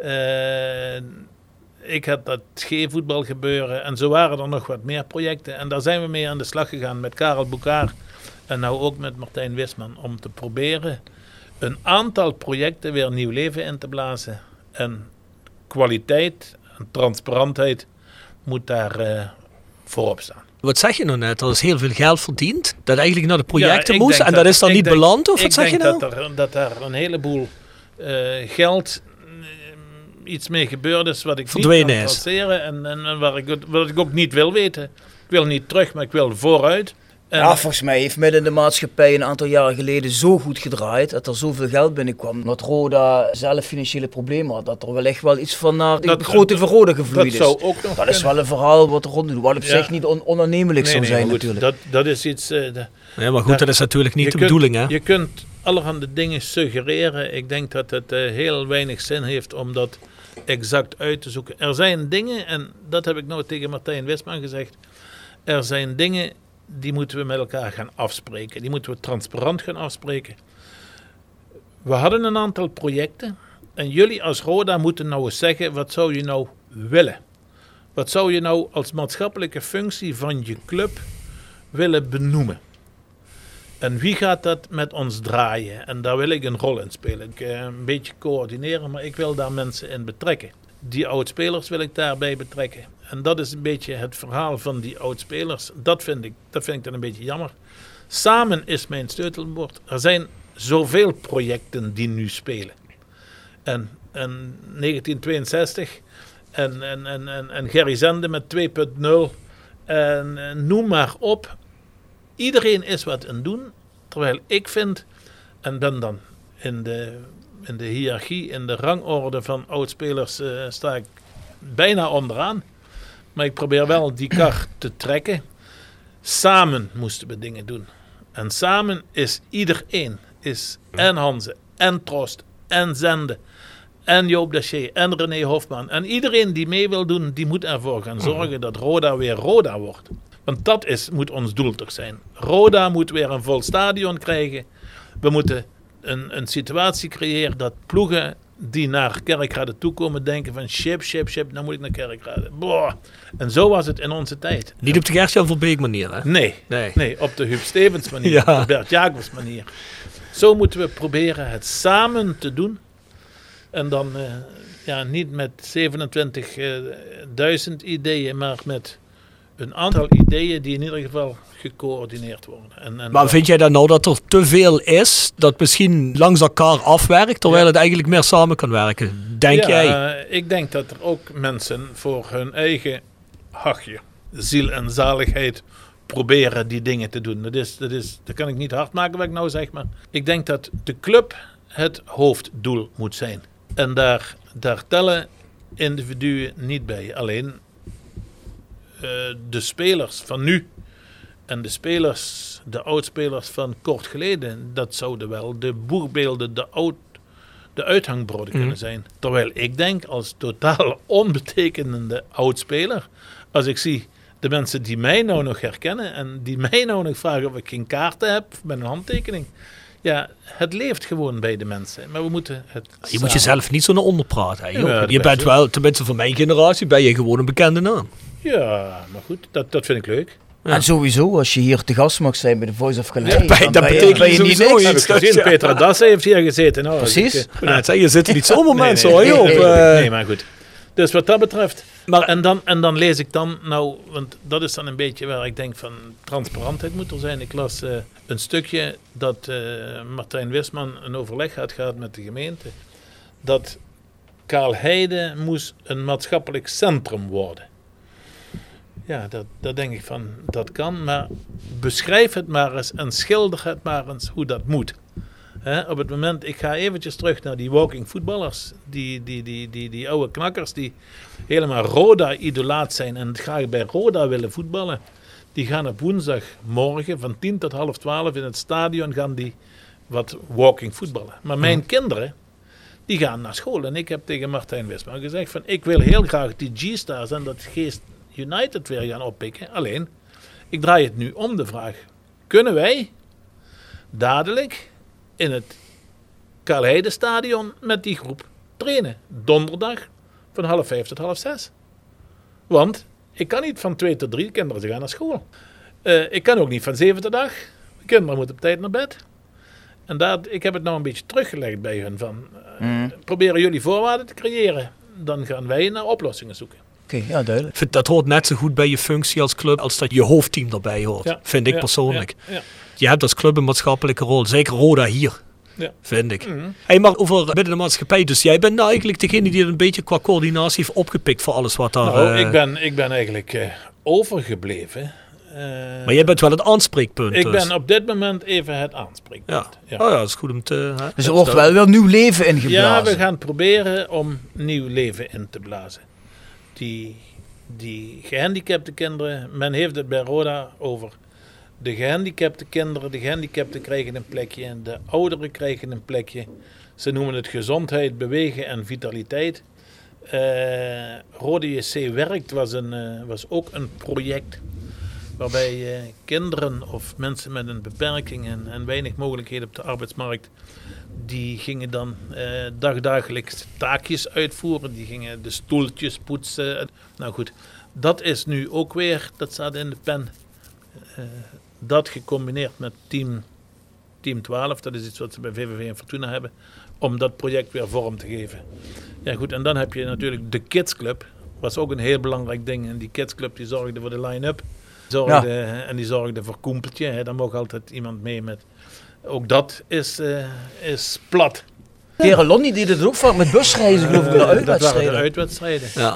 Ik had dat G-voetbal gebeuren. En zo waren er nog wat meer projecten. En daar zijn we mee aan de slag gegaan met Karel Boucard. En nou ook met Martijn Wisman. Om te proberen een aantal projecten weer nieuw leven in te blazen. En kwaliteit en transparantheid moet daar voorop staan.
Wat zeg je nou net? Er is heel veel geld verdiend dat eigenlijk naar de projecten moest en dat is dan niet beland? Of wat zeg je nou?
Dat daar een heleboel geld iets mee gebeurd is wat ik
verdwenen
niet kan traceren en wat ik ook niet wil weten. Ik wil niet terug, maar ik wil vooruit.
Ja, volgens mij heeft midden in de maatschappij een aantal jaren geleden zo goed gedraaid dat er zoveel geld binnenkwam. Dat Roda zelf financiële problemen had. Dat er wellicht wel iets van naar de begroting van Roda gevloeid is. Dat is wel een verhaal wat er rond doet. Wat op zich niet onaannemelijk zou zijn
goed,
natuurlijk.
Dat is iets...
ja, maar goed, dat is natuurlijk niet de bedoeling. Hè?
Je kunt allerhande dingen suggereren. Ik denk dat het heel weinig zin heeft om dat exact uit te zoeken. Er zijn dingen, en dat heb ik nou tegen Martijn Wisman gezegd. Er zijn dingen... Die moeten we met elkaar gaan afspreken. Die moeten we transparant gaan afspreken. We hadden een aantal projecten. En jullie als Roda moeten nou eens zeggen, wat zou je nou willen? Wat zou je nou als maatschappelijke functie van je club willen benoemen? En wie gaat dat met ons draaien? En daar wil ik een rol in spelen. Ik een beetje coördineren, maar ik wil daar mensen in betrekken. Die oudspelers wil ik daarbij betrekken. En dat is een beetje het verhaal van die oudspelers. Dat vind ik dan een beetje jammer. Samen is mijn sleutelwoord. Er zijn zoveel projecten die nu spelen. En 1962 en Gerry Zende met 2.0 en noem maar op. Iedereen is wat aan doen. Terwijl ik vind, en ben dan in de hiërarchie, in de rangorde van oudspelers sta ik bijna onderaan. Maar ik probeer wel die kar te trekken. Samen moesten we dingen doen. En samen is iedereen. Is en Hanze, en Trost, en Zende, en Joop Daché, en René Hofman. En iedereen die mee wil doen, die moet ervoor gaan zorgen dat Roda weer Roda wordt. Want dat moet ons doel toch zijn. Roda moet weer een vol stadion krijgen. We moeten een situatie creëren dat ploegen die naar Kerkrade toekomen denken van ship, nou moet ik naar Kerkrade. Boah. En zo was het in onze tijd.
Niet op de Gert-Jan Verbeek manier, hè?
Nee, op de Huub Stevens manier, op de Bert Jacobs manier. Zo moeten we proberen het samen te doen. En dan niet met 27.000 ideeën, maar met een aantal ideeën die in ieder geval gecoördineerd worden.
Maar vind jij dan nou dat er te veel is, dat misschien langs elkaar afwerkt, terwijl het eigenlijk meer samen kan werken? Denk jij?
Ik denk dat er ook mensen voor hun eigen ziel en zaligheid proberen die dingen te doen. Dat kan ik niet hard maken wat ik nou zeg, maar ik denk dat de club het hoofddoel moet zijn. En daar tellen individuen niet bij. Alleen de spelers van nu en de oudspelers van kort geleden, dat zouden wel de boegbeelden, de uithangborden kunnen zijn. Terwijl ik denk, als totaal onbetekenende oudspeler, als ik zie de mensen die mij nou nog herkennen en die mij nou nog vragen of ik geen kaarten heb met een handtekening. Ja, het leeft gewoon bij de mensen. Maar we moeten het
je moet jezelf niet zo naar onder praten. Je bent wel, tenminste van mijn generatie, ben je gewoon een bekende naam.
Ja, maar goed, dat vind ik leuk.
Ja. En sowieso, als je hier te gast mag zijn bij de Voice of Calais,
dat betekent
ben je niet niks.
Heb ik gezien, Petra Dassen heeft hier gezeten. Nou,
precies.
Je zit niet zomaar mensen hoor.
Nee, maar goed. Dus wat dat betreft. En dan lees ik dan, want dat is dan een beetje waar ik denk van transparantheid moet er zijn. Ik las een stukje dat Martijn Wisman een overleg had gehad met de gemeente. Dat Kaalheide moest een maatschappelijk centrum worden. Ja, dat denk ik van, dat kan, maar beschrijf het maar eens en schilder het maar eens hoe dat moet. Op het moment, ik ga eventjes terug naar die walking voetballers, die oude knakkers die helemaal Roda-idolaat zijn en graag bij Roda willen voetballen. Die gaan op woensdagmorgen van 10 tot 11:30 in het stadion gaan die wat walking voetballen. Maar mijn kinderen, die gaan naar school. En ik heb tegen Martijn Wisman gezegd van, ik wil heel graag die G-Stars en dat Geest United weer gaan oppikken. Alleen, ik draai het nu om de vraag. Kunnen wij dadelijk in het Kaalheide stadion met die groep trainen? Donderdag van 4:30 tot 5:30. Want ik kan niet van 2 tot 3, kinderen ze gaan naar school. Ik kan ook niet van 7 tot 8. De kinderen moeten op tijd naar bed. En ik heb het nou een beetje teruggelegd bij hun van, proberen jullie voorwaarden te creëren. Dan gaan wij naar oplossingen zoeken.
Oké, ja, duidelijk.
Dat hoort net zo goed bij je functie als club als dat je hoofdteam erbij hoort. Vind ik persoonlijk.
Ja.
Je hebt als club een maatschappelijke rol. Zeker Roda hier. Ja. Vind ik. Hey, maar over binnen de maatschappij. Dus jij bent nou eigenlijk degene die het een beetje qua coördinatie heeft opgepikt voor alles wat daar...
Nou, ik ben eigenlijk overgebleven.
Maar jij bent wel het aanspreekpunt.
Ik ben op dit moment even het aanspreekpunt.
Ja. Oh ja, dat is goed om te...
Dus er wordt wel nieuw leven ingeblazen.
Ja, we gaan proberen om nieuw leven in te blazen. Die gehandicapte kinderen, men heeft het bij Roda over de gehandicapte kinderen, de gehandicapten krijgen een plekje en de ouderen krijgen een plekje. Ze noemen het gezondheid, bewegen en vitaliteit. Roda JC Werkt was ook een project waarbij kinderen of mensen met een beperking en weinig mogelijkheden op de arbeidsmarkt, die gingen dan dagelijks taakjes uitvoeren. Die gingen de stoeltjes poetsen. Nou goed, dat is nu ook weer, dat staat in de pen. Dat gecombineerd met Team 12, dat is iets wat ze bij VVV en Fortuna hebben, om dat project weer vorm te geven. Ja goed, en dan heb je natuurlijk de Kids Club, was ook een heel belangrijk ding. En die Kids Club die zorgde voor de line-up. En die zorgde voor Koempeltje. Daar mocht altijd iemand mee met... Ook dat is plat.
Keren Lonnie deed het ook vaak met busreizen, geloof ik, de uitwedstrijden.
Dat waren de uitwedstrijden.
Ja.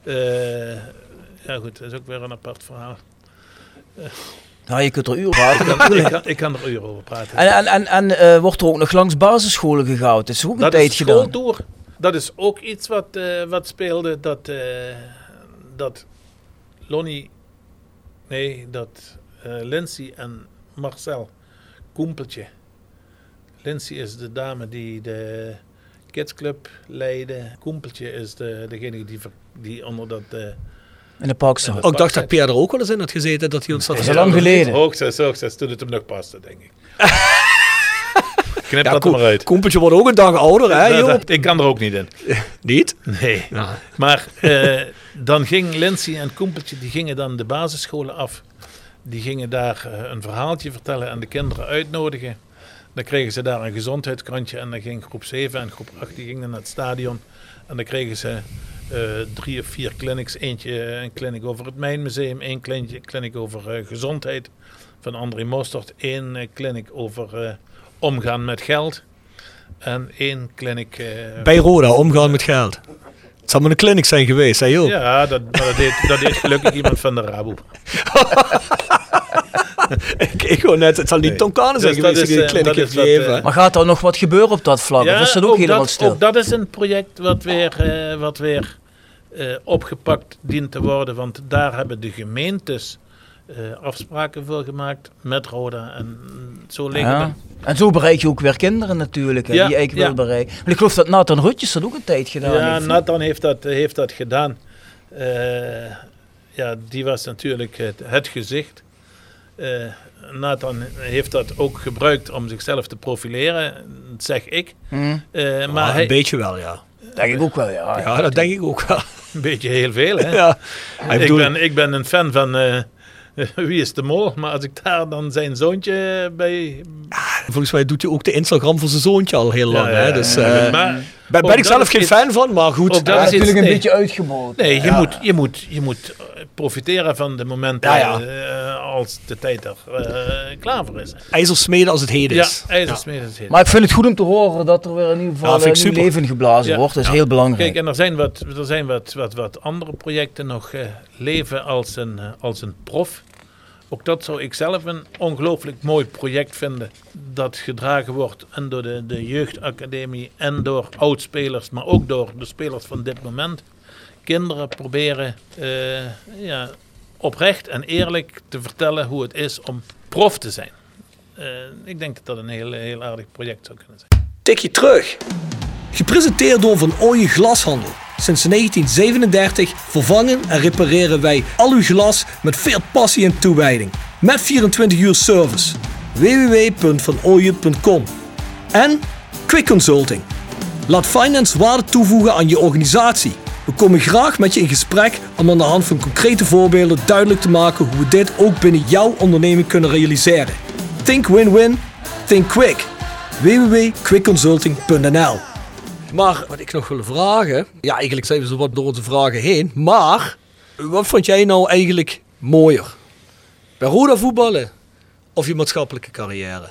Ja goed, dat is ook weer een apart verhaal.
Nou, je kunt er uren praten.
Ik kan er uren over praten.
En wordt er ook nog langs basisscholen gegaan? Het is ook een tijd gedaan. Dat is
schooltour. Dat is ook iets wat speelde. Dat Lonnie... Nee, dat Lindsay en Marcel Koempeltje. Lindsay is de dame die de kidsclub leidde. Koempeltje is degene die onder dat...
in de park zat.
Ik dacht dat Pierre er ook wel eens in had gezeten. Dat hij ons
dat is al lang geleden.
Hoogzes, toen het hem nog paste, denk ik. Knip dat er maar uit.
Koempeltje wordt ook een dag ouder, hè?
Ik kan er ook niet in.
Niet?
Nee. Ja. Maar dan ging Lindsay en Koempeltje, die gingen dan de basisscholen af. Die gingen daar een verhaaltje vertellen en de kinderen uitnodigen. Dan kregen ze daar een gezondheidskrantje en dan ging groep 7 en groep 8 die gingen naar het stadion. En dan kregen ze 3 of 4 clinics. Eentje een clinic over het Mijnmuseum, 1 clinic over gezondheid van André Mostert, 1 clinic over omgaan met geld en 1 clinic...
bij Roda, omgaan met geld. Het zal maar een clinic zijn geweest, hè joh?
Ja, dat deed gelukkig iemand van de Rabo.
Ik gewoon net, het zal niet Tonkane zijn geweest die een clinic heeft gegeven.
Maar gaat er nog wat gebeuren op dat vlak?
Ja,
of is dat ook helemaal stil?
Ook dat is een project wat weer opgepakt dient te worden, want daar hebben de gemeentes afspraken voor gemaakt met Roda en zo liggen
En zo bereik je ook weer kinderen natuurlijk, die eigenlijk wil bereiken. Maar ik geloof dat Nathan Rutjes dat ook een tijd gedaan heeft.
Ja, Nathan heeft dat gedaan. Die was natuurlijk het gezicht. Nathan heeft dat ook gebruikt om zichzelf te profileren, zeg ik. Maar
een beetje wel, ja.
Denk ik ook wel, ja.
Ja, dat denk ik ook wel.
Een beetje heel veel, hè?
Ja.
Ik ben een fan Wie is de Mol? Maar als ik daar dan zijn zoontje bij...
Volgens mij doet hij ook de Instagram voor zijn zoontje al heel lang.
Ja,
hè? Dus,
maar
ben ik zelf geen fan van, maar goed.
Ook
dat is natuurlijk een beetje uitgebouwd.
Nee, je moet profiteren van de momenten als de tijd er klaar voor is.
IJzersmeden als het heet is.
Ja, IJzersmeden als het heet.
Maar ik vind het goed om te horen dat er weer in ieder geval een nieuw leven geblazen wordt. Dat is heel belangrijk.
Kijk, en er zijn wat andere projecten nog leven als een prof. Ook dat zou ik zelf een ongelooflijk mooi project vinden. Dat gedragen wordt en door de jeugdacademie en door oudspelers, maar ook door de spelers van dit moment. Kinderen proberen oprecht en eerlijk te vertellen hoe het is om prof te zijn. Ik denk dat dat een heel aardig project zou kunnen zijn.
Tikje terug. Gepresenteerd door Van Ooyen Glashandel. Sinds 1937 vervangen en repareren wij al uw glas met veel passie en toewijding. Met 24 uur service. www.vanooyen.com. En Quick Consulting. Laat finance waarde toevoegen aan je organisatie. We komen graag met je in gesprek om aan de hand van concrete voorbeelden duidelijk te maken hoe we dit ook binnen jouw onderneming kunnen realiseren. Think win-win, think quick. www.quickconsulting.nl.
Maar wat ik nog wil vragen, ja, eigenlijk zijn we zo wat door onze vragen heen, maar wat vond jij nou eigenlijk mooier? Bij Roda voetballen of je maatschappelijke carrière?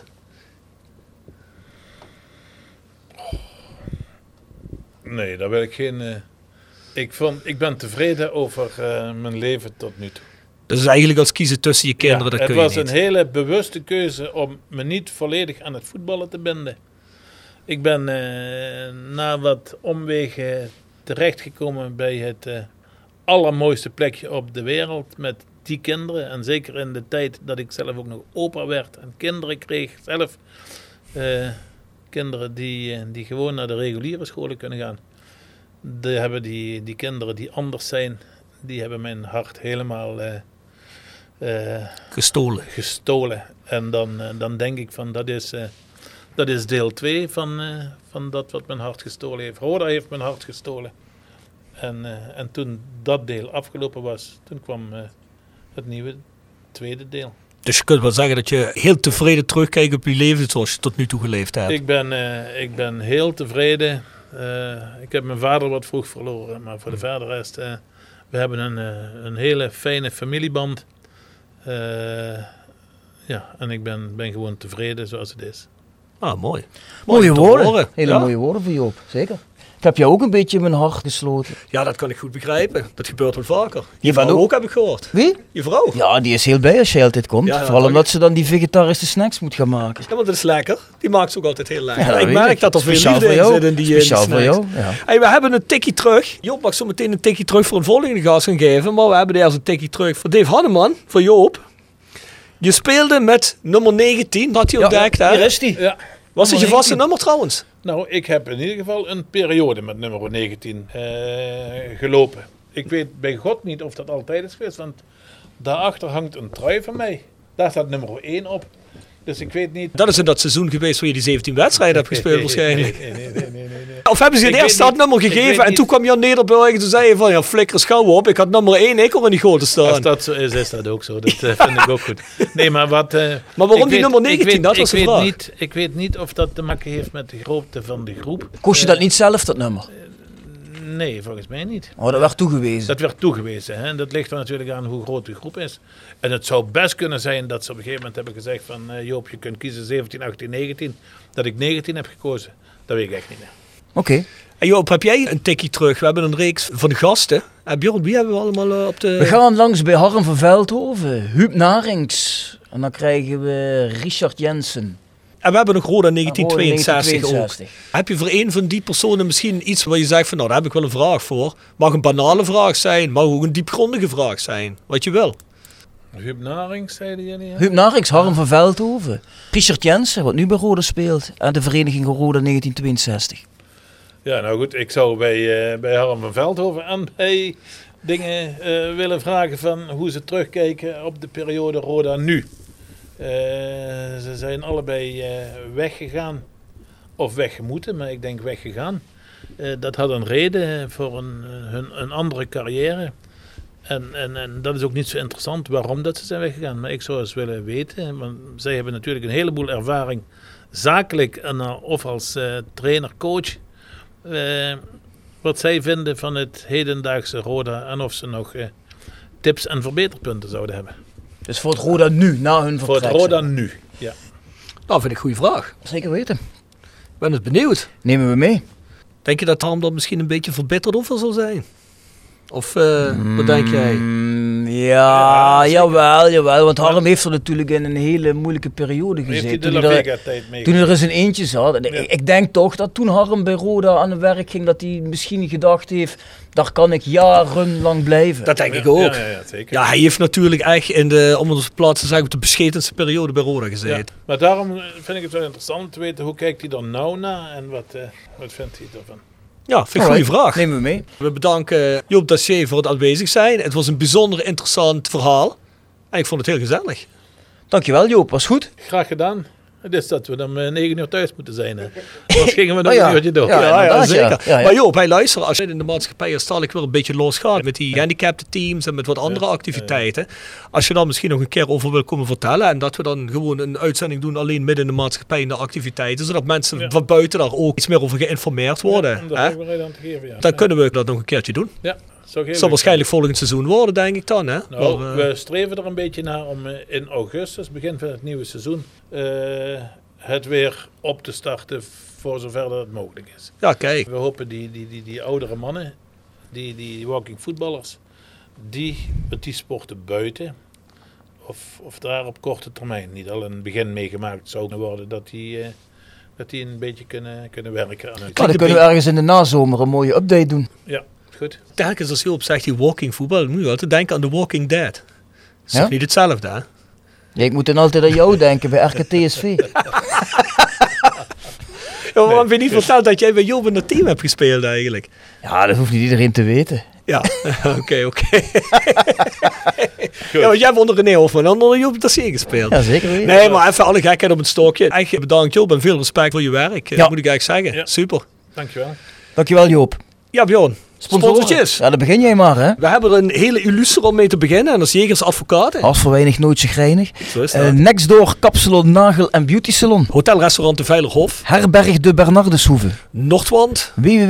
Nee, daar wil ik geen... Ik ben tevreden over mijn leven tot nu toe.
Dus eigenlijk als kiezen tussen je kinderen, dat kun je niet.
Het was een hele bewuste keuze om me niet volledig aan het voetballen te binden. Ik ben na wat omwegen terechtgekomen bij het allermooiste plekje op de wereld met die kinderen. En zeker in de tijd dat ik zelf ook nog opa werd en kinderen kreeg zelf. Kinderen die gewoon naar de reguliere scholen kunnen gaan. Die kinderen die anders zijn, die hebben mijn hart helemaal gestolen. En dan denk ik van dat is deel 2 van dat wat mijn hart gestolen heeft. Roda heeft mijn hart gestolen. En toen dat deel afgelopen was, toen kwam het nieuwe tweede deel.
Dus je kunt wel zeggen dat je heel tevreden terugkijkt op je leven zoals je tot nu toe geleefd hebt.
Ik ben heel tevreden. Ik heb mijn vader wat vroeg verloren, maar voor de verder rest, we hebben een hele fijne familieband. En ik ben gewoon tevreden zoals het is.
Ah, mooi.
Mooie woorden. Hele mooie woorden voor Joop, zeker. Ik heb jou ook een beetje in mijn hart gesloten.
Ja, dat kan ik goed begrijpen. Dat gebeurt wel vaker.
Je vrouw
ook heb ik gehoord.
Wie?
Je vrouw.
Ja, die is heel blij als jij altijd komt.
Ja,
vooral omdat ze dan die vegetarische snacks moet gaan maken.
Ja, maar dat is lekker. Die maakt ze ook altijd heel lekker.
Ja,
ik merk dat er veel liefde in zit in die
speciaal
snacks.
voor jou, ja.
Hey, we hebben een tikkie terug. Joop mag zo meteen een tikkie terug voor een volgende gast gaan geven. Maar we hebben eerst een tikkie terug voor Dave Hanneman, voor Joop. Je speelde met nummer 19, had hij ontdekt.
Ja, hier is hij.
Ja.
Was het je vaste nummer trouwens?
Nou, ik heb in ieder geval een periode met nummer 19 gelopen. Ik weet bij God niet of dat altijd is geweest, want daarachter hangt een trui van mij. Daar staat nummer 1 op. Dus ik weet niet...
Dat is in dat seizoen geweest waar je die 17 wedstrijden hebt gespeeld waarschijnlijk.
Nee.
Of hebben ze je eerst dat nummer gegeven en toen kwam Jan Nederburg en toen zei je van ja, flikker schouw op. Ik had nummer 1 ik al in die goal te staan.
Als dat zo is dat ook zo. Dat vind ik ook goed. Nee, maar wat...
maar waarom die nummer 19? Dat was de vraag.
Ik weet niet of dat te maken heeft met de grootte van de groep.
Kost je dat niet zelf, dat nummer?
Nee, volgens mij niet.
Oh, dat werd toegewezen.
Dat werd toegewezen. Hè? En dat ligt er natuurlijk aan hoe groot de groep is. En het zou best kunnen zijn dat ze op een gegeven moment hebben gezegd van Joop, je kunt kiezen 17, 18, 19. Dat ik 19 heb gekozen. Dat weet ik echt niet meer.
Oké.
En Joop, heb jij een tikkie terug? We hebben een reeks van gasten. Bjorn, wie hebben we allemaal op de...
We gaan langs bij Harm van Veldhoven, Huub Narings. En dan krijgen we Richard Jensen.
En we hebben nog Roda 1962
ook.
Heb je voor een van die personen misschien iets waar je zegt van nou, daar heb ik wel een vraag voor. Mag een banale vraag zijn, mag ook een diepgrondige vraag zijn. Wat je wil.
Huub Narings, zeiden jullie? Ja?
Huub Narings, Harm van Veldhoven. Richard Jensen, wat nu bij Roda speelt. En de vereniging Roda 1962.
Ja, nou goed. Ik zou bij Harm van Veldhoven en bij dingen willen vragen van hoe ze terugkijken op de periode Roda nu. Ze zijn allebei weggegaan. Of weggemoeten, maar ik denk weggegaan. Dat had een reden voor een andere carrière. En dat is ook niet zo interessant waarom dat ze zijn weggegaan. Maar ik zou eens willen weten, want zij hebben natuurlijk een heleboel ervaring, zakelijk of als trainer-coach, wat zij vinden van het hedendaagse Roda en of ze nog tips en verbeterpunten zouden hebben.
Dus voor het Roda nu, na hun vertrek?
Voor het Roda nu, ja.
Nou, vind ik een goede vraag.
Zeker weten.
Ik ben dus benieuwd.
Nemen we mee.
Denk je dat Harm dan misschien een beetje verbitterd over zal zijn? Of wat denk jij?
Jawel. Want Harm heeft er natuurlijk in een hele moeilijke periode gezeten. Toen er eens een eentje zat. Ja. Ik denk toch dat toen Harm bij Roda aan het werk ging, dat hij misschien gedacht heeft, daar kan ik jarenlang blijven.
Dat denk ik ook.
Ja, zeker.
Ja, hij heeft natuurlijk echt om op de plaats te zeggen, op de beschetenste periode bij Roda gezeten.
Ja. Maar daarom vind ik het wel interessant om te weten, hoe kijkt hij er nou naar en wat vindt hij ervan?
Ja, vind ik een goede vraag.
Nemen we mee.
We bedanken Joop Dacier voor het aanwezig zijn. Het was een bijzonder interessant verhaal. En ik vond het heel gezellig.
Dankjewel Joop, was goed.
Graag gedaan. Het is dat we dan 9 uur thuis moeten zijn. Anders gingen we nog een uurtje door.
Ja, zeker. Ja. Maar Joop, hij luistert. Als je in de maatschappij ik weer een beetje losgaat met die gehandicapte teams en met wat andere activiteiten. Als je dan misschien nog een keer over wil komen vertellen. En dat we dan gewoon een uitzending doen alleen midden in de maatschappij en de activiteiten. Zodat mensen van buiten daar ook iets meer over geïnformeerd worden.
Om daar ook aan te geven,
dan kunnen we dat nog een keertje doen.
Ja.
Het zal waarschijnlijk volgend seizoen worden, denk ik dan. Hè?
Nou, maar, we streven er een beetje naar om in augustus, begin van het nieuwe seizoen, het weer op te starten voor zover dat het mogelijk is.
Ja, kijk.
We hopen die oudere mannen, die walking voetballers, die met die sporten buiten, of daar op korte termijn niet al in het begin meegemaakt zouden worden, dat die een beetje kunnen werken aan het.
Dan kunnen we ergens in de nazomer een mooie update doen.
Ja. Goed.
Telkens als Joop zegt die walking voetbal, dan moet je altijd denken aan The Walking Dead. Dat is toch niet hetzelfde, hè?
Ja, ik moet dan altijd aan jou denken bij RKTSV.
Waarom heb je niet verteld dat jij bij Joop in het team hebt gespeeld eigenlijk?
Ja, dat hoeft niet iedereen te weten.
Ja, oké. Ja, want jij hebt onder René Hofman en onder Joop Dacier gespeeld.
Ja, zeker weten.
Nee, maar even alle gekheid op het stokje. Echt bedankt Joop en veel respect voor je werk. Moet ik eigenlijk zeggen. Ja. Super.
Dankjewel
Joop.
Ja, Bjorn. Sponsortjes.
Ja, dan begin jij maar, hè.
We hebben er een hele illustre om mee te beginnen. En dat is Jegers Advocaten.
Als voor weinig, nooit chagrijnig.
Zo is dat.
Nextdoor Kapsalon, Nagel en Beauty Salon.
Hotelrestaurant De Veilerhof.
Herberg de Bernardeshoeve.
Noordwand.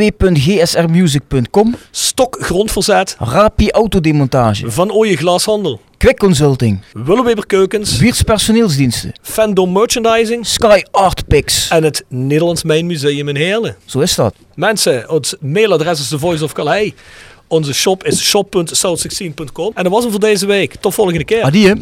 www.gsrmusic.com.
Stok Grondverzet.
Rapi Autodemontage.
Van Ooyen Glashandel.
Quick Consulting.
Willeweber Keukens.
Wiers Personeelsdiensten.
Fandom Merchandising.
Sky Art Picks.
En het Nederlands Mijnmuseum in Heerlen.
Zo is dat.
Mensen, ons mailadres is The Voice of Calais. Onze shop is shop.south16.com. En dat was hem voor deze week. Tot volgende keer.
Adieu.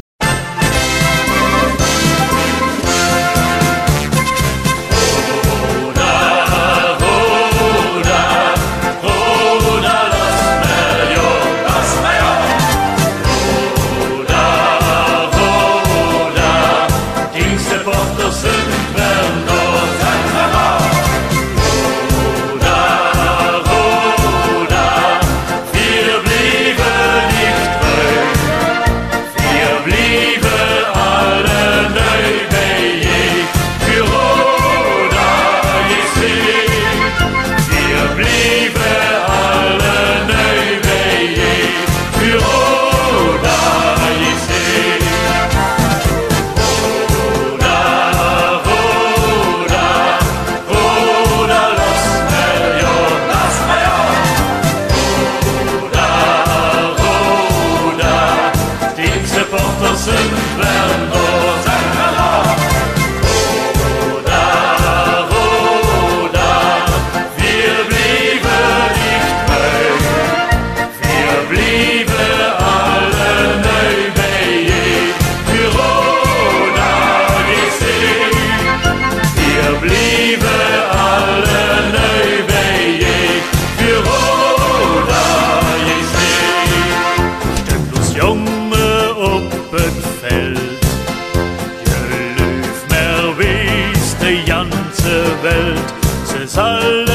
Welt, ze zal